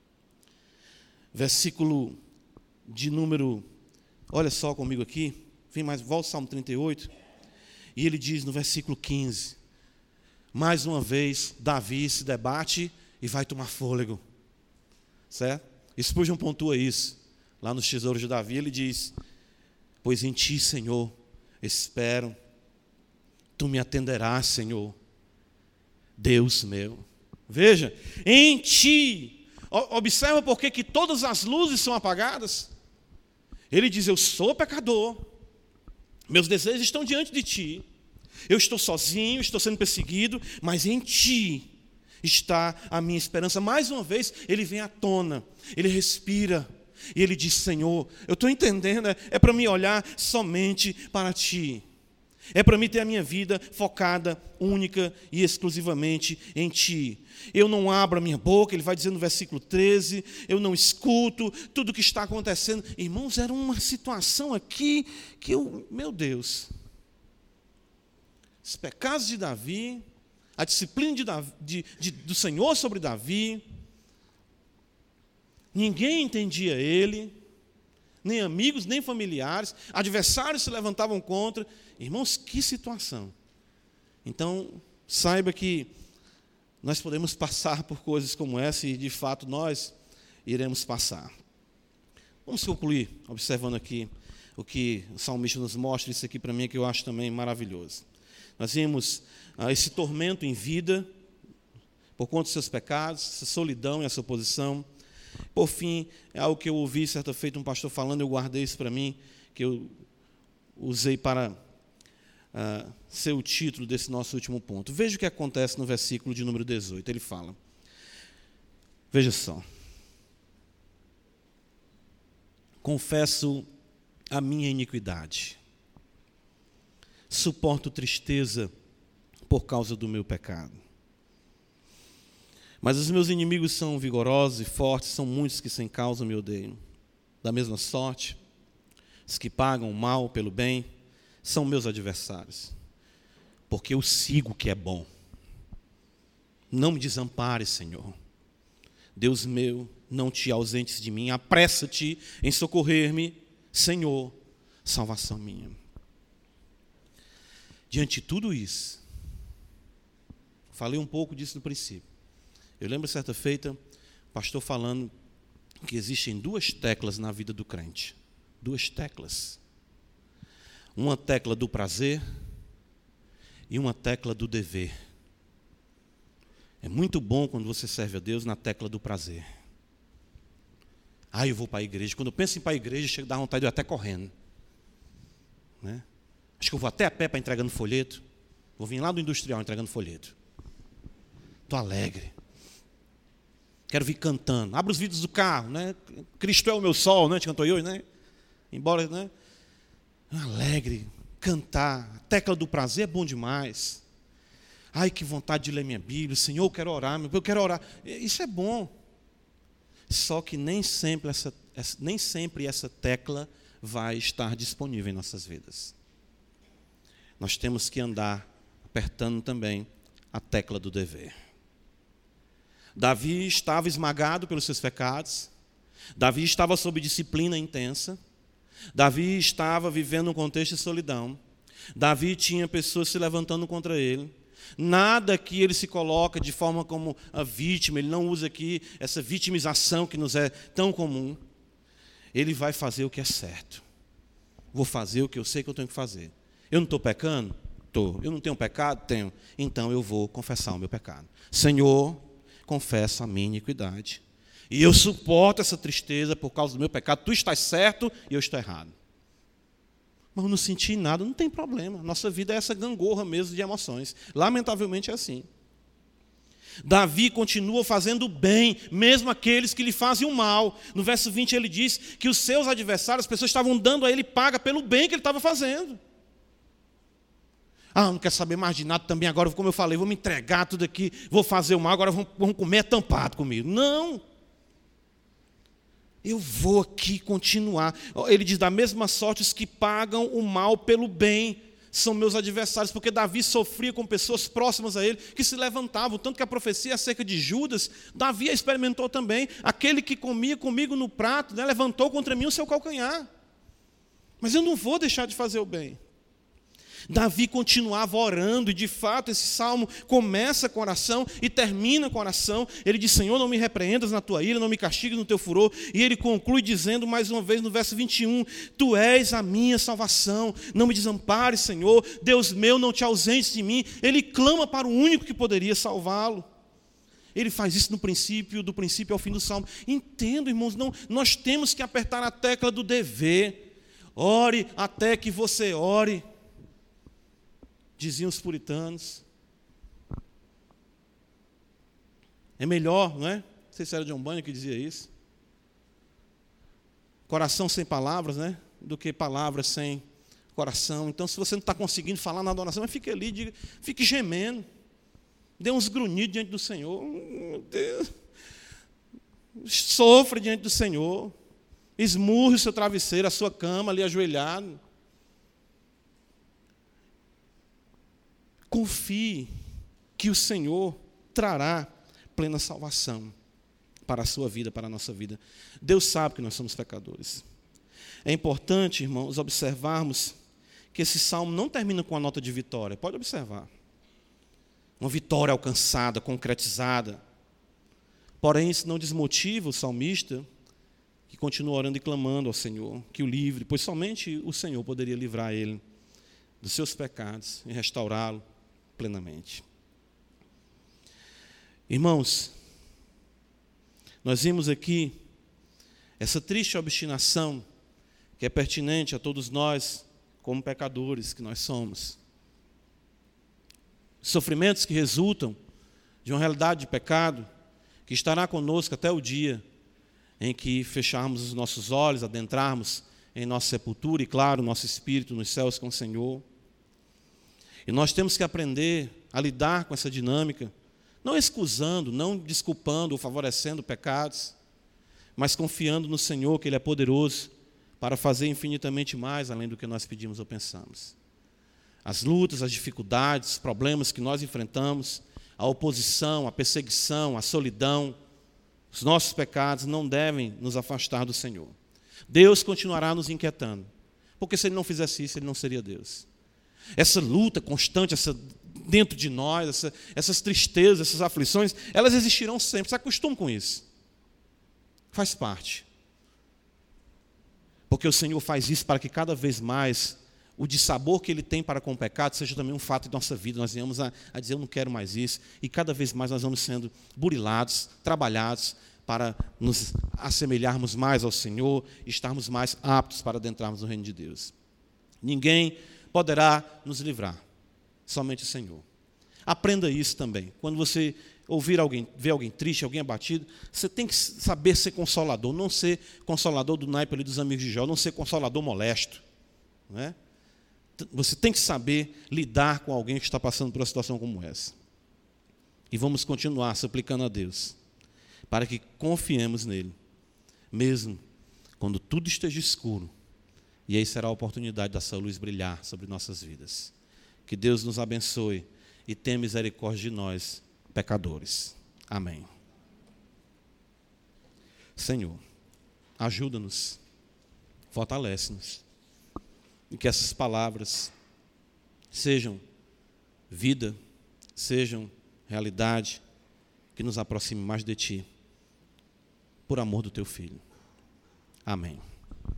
Versículo de número, olha só comigo aqui, vem mais, volta ao Salmo 38, e ele diz no versículo 15, mais uma vez, Davi se debate e vai tomar fôlego, certo? Spurgeon pontua isso. Lá nos tesouros de Davi, ele diz: pois em ti, Senhor, espero, tu me atenderás, Senhor, Deus meu. Veja, em ti, observa por que todas as luzes são apagadas. Ele diz: eu sou pecador, meus desejos estão diante de ti, eu estou sozinho, estou sendo perseguido, mas em ti está a minha esperança. Mais uma vez, ele vem à tona, ele respira, e ele diz: Senhor, eu estou entendendo, é para me olhar somente para ti. É para mim ter a minha vida focada, única e exclusivamente em ti. Eu não abro a minha boca, ele vai dizer no versículo 13, eu não escuto tudo o que está acontecendo. Irmãos, era uma situação aqui que meu Deus, os pecados de Davi, a disciplina do Senhor sobre Davi, ninguém entendia ele, nem amigos, nem familiares, adversários se levantavam contra. Irmãos, que situação. Então, saiba que nós podemos passar por coisas como essa e, de fato, nós iremos passar. Vamos concluir observando aqui o que o salmista nos mostra. Isso aqui, para mim, é que eu acho também maravilhoso. Nós vimos esse tormento em vida, por conta dos seus pecados, essa solidão e essa oposição. Por fim, é algo que eu ouvi certa feita um pastor falando, eu guardei isso para mim, que eu usei para ser o título desse nosso último ponto. Veja o que acontece no versículo de número 18. Ele fala, veja só: confesso a minha iniquidade, suporto tristeza por causa do meu pecado. Mas os meus inimigos são vigorosos e fortes, são muitos que sem causa me odeiam. Da mesma sorte, os que pagam o mal pelo bem são meus adversários, porque eu sigo o que é bom. Não me desampares, Senhor. Deus meu, não te ausentes de mim, apressa-te em socorrer-me, Senhor, salvação minha. Diante de tudo isso, falei um pouco disso no princípio. Eu lembro certa feita, o pastor falando que existem 2 teclas na vida do crente. 2 teclas. Uma tecla do prazer e uma tecla do dever. É muito bom quando você serve a Deus na tecla do prazer. Eu vou para a igreja. Quando eu penso em ir para a igreja, chega a dar vontade de ir até correndo. Né? Acho que eu vou até a pé para entregando folheto. Vou vir lá do industrial entregando folheto. Estou alegre. Quero vir cantando. Abra os vidros do carro, né? Cristo é o meu sol, né? A gente cantou hoje, né? Embora, né? Alegre, cantar. A tecla do prazer é bom demais. Ai, que vontade de ler minha Bíblia. Senhor, eu quero orar, eu quero orar. Isso é bom. Só que nem sempre essa tecla vai estar disponível em nossas vidas. Nós temos que andar apertando também a tecla do dever. Davi estava esmagado pelos seus pecados. Davi estava sob disciplina intensa. Davi estava vivendo um contexto de solidão. Davi tinha pessoas se levantando contra ele. Nada que ele se coloca de forma como a vítima, ele não usa aqui essa vitimização que nos é tão comum. Ele vai fazer o que é certo. Vou fazer o que eu sei que eu tenho que fazer. Eu não estou pecando? Estou. Eu não tenho pecado? Tenho. Então eu vou confessar o meu pecado. Senhor, confesso a minha iniquidade. E eu suporto essa tristeza por causa do meu pecado. Tu estás certo e eu estou errado. Mas eu não senti nada, não tem problema. Nossa vida é essa gangorra mesmo de emoções. Lamentavelmente é assim. Davi continua fazendo bem, mesmo aqueles que lhe fazem o mal. No verso 20 ele diz que os seus adversários, as pessoas estavam dando a ele paga pelo bem que ele estava fazendo. Não quero saber mais de nada também agora, como eu falei, vou me entregar tudo aqui, vou fazer o mal, agora vão comer tampado comigo. Não! Eu vou aqui continuar. Ele diz, da mesma sorte, os que pagam o mal pelo bem são meus adversários, porque Davi sofria com pessoas próximas a ele, que se levantavam, tanto que a profecia acerca de Judas, Davi a experimentou também. Aquele que comia comigo no prato, né, levantou contra mim o seu calcanhar. Mas eu não vou deixar de fazer o bem. Davi continuava orando, e de fato esse salmo começa com oração e termina com oração. Ele diz, Senhor, não me repreendas na tua ira, não me castigues no teu furor. E ele conclui dizendo mais uma vez no verso 21, Tu és a minha salvação, não me desampares, Senhor, Deus meu, não te ausentes de mim. Ele clama para o único que poderia salvá-lo. Ele faz isso do princípio ao fim do salmo. Entendo, irmãos, não, nós temos que apertar a tecla do dever. Ore até que você ore. Diziam os puritanos. É melhor, não é? Não sei se era John Bunyan que dizia isso. Coração sem palavras, né? Do que palavras sem coração. Então, se você não está conseguindo falar na adoração, mas fique ali, diga, fique gemendo. Dê uns grunhidos diante do Senhor. Meu Deus. Sofra diante do Senhor. Esmurre o seu travesseiro, a sua cama ali ajoelhado. Confie que o Senhor trará plena salvação para a sua vida, para a nossa vida. Deus sabe que nós somos pecadores. É importante, irmãos, observarmos que esse salmo não termina com a nota de vitória. Pode observar. Uma vitória alcançada, concretizada. Porém, isso não desmotiva o salmista, que continua orando e clamando ao Senhor, que o livre, pois somente o Senhor poderia livrar ele dos seus pecados e restaurá-lo plenamente. Irmãos, nós vimos aqui essa triste obstinação que é pertinente a todos nós, como pecadores que nós somos. Sofrimentos que resultam de uma realidade de pecado que estará conosco até o dia em que fecharmos os nossos olhos, adentrarmos em nossa sepultura e, claro, nosso espírito nos céus com o Senhor. E nós temos que aprender a lidar com essa dinâmica, não excusando, não desculpando ou favorecendo pecados, mas confiando no Senhor, que Ele é poderoso para fazer infinitamente mais além do que nós pedimos ou pensamos. As lutas, as dificuldades, os problemas que nós enfrentamos, a oposição, a perseguição, a solidão, os nossos pecados não devem nos afastar do Senhor. Deus continuará nos inquietando, porque se Ele não fizesse isso, Ele não seria Deus. Essa luta constante, dentro de nós, essas tristezas, essas aflições, elas existirão sempre. Se acostume com isso. Faz parte. Porque o Senhor faz isso para que cada vez mais o dissabor que Ele tem para com o pecado seja também um fato de nossa vida. Nós venhamos a dizer, eu não quero mais isso. E cada vez mais nós vamos sendo burilados, trabalhados para nos assemelharmos mais ao Senhor e estarmos mais aptos para adentrarmos no reino de Deus. Ninguém poderá nos livrar, somente o Senhor. Aprenda isso também. Quando você ouvir alguém, ver alguém triste, alguém abatido, você tem que saber ser consolador, não ser consolador do naipe ali dos amigos de Jó, não ser consolador molesto. Não é? Você tem que saber lidar com alguém que está passando por uma situação como essa. E vamos continuar suplicando a Deus, para que confiemos nele, mesmo quando tudo esteja escuro. E aí será a oportunidade da sua luz brilhar sobre nossas vidas. Que Deus nos abençoe e tenha misericórdia de nós, pecadores. Amém. Senhor, ajuda-nos, fortalece-nos, e que essas palavras sejam vida, sejam realidade, que nos aproxime mais de Ti, por amor do Teu Filho. Amém.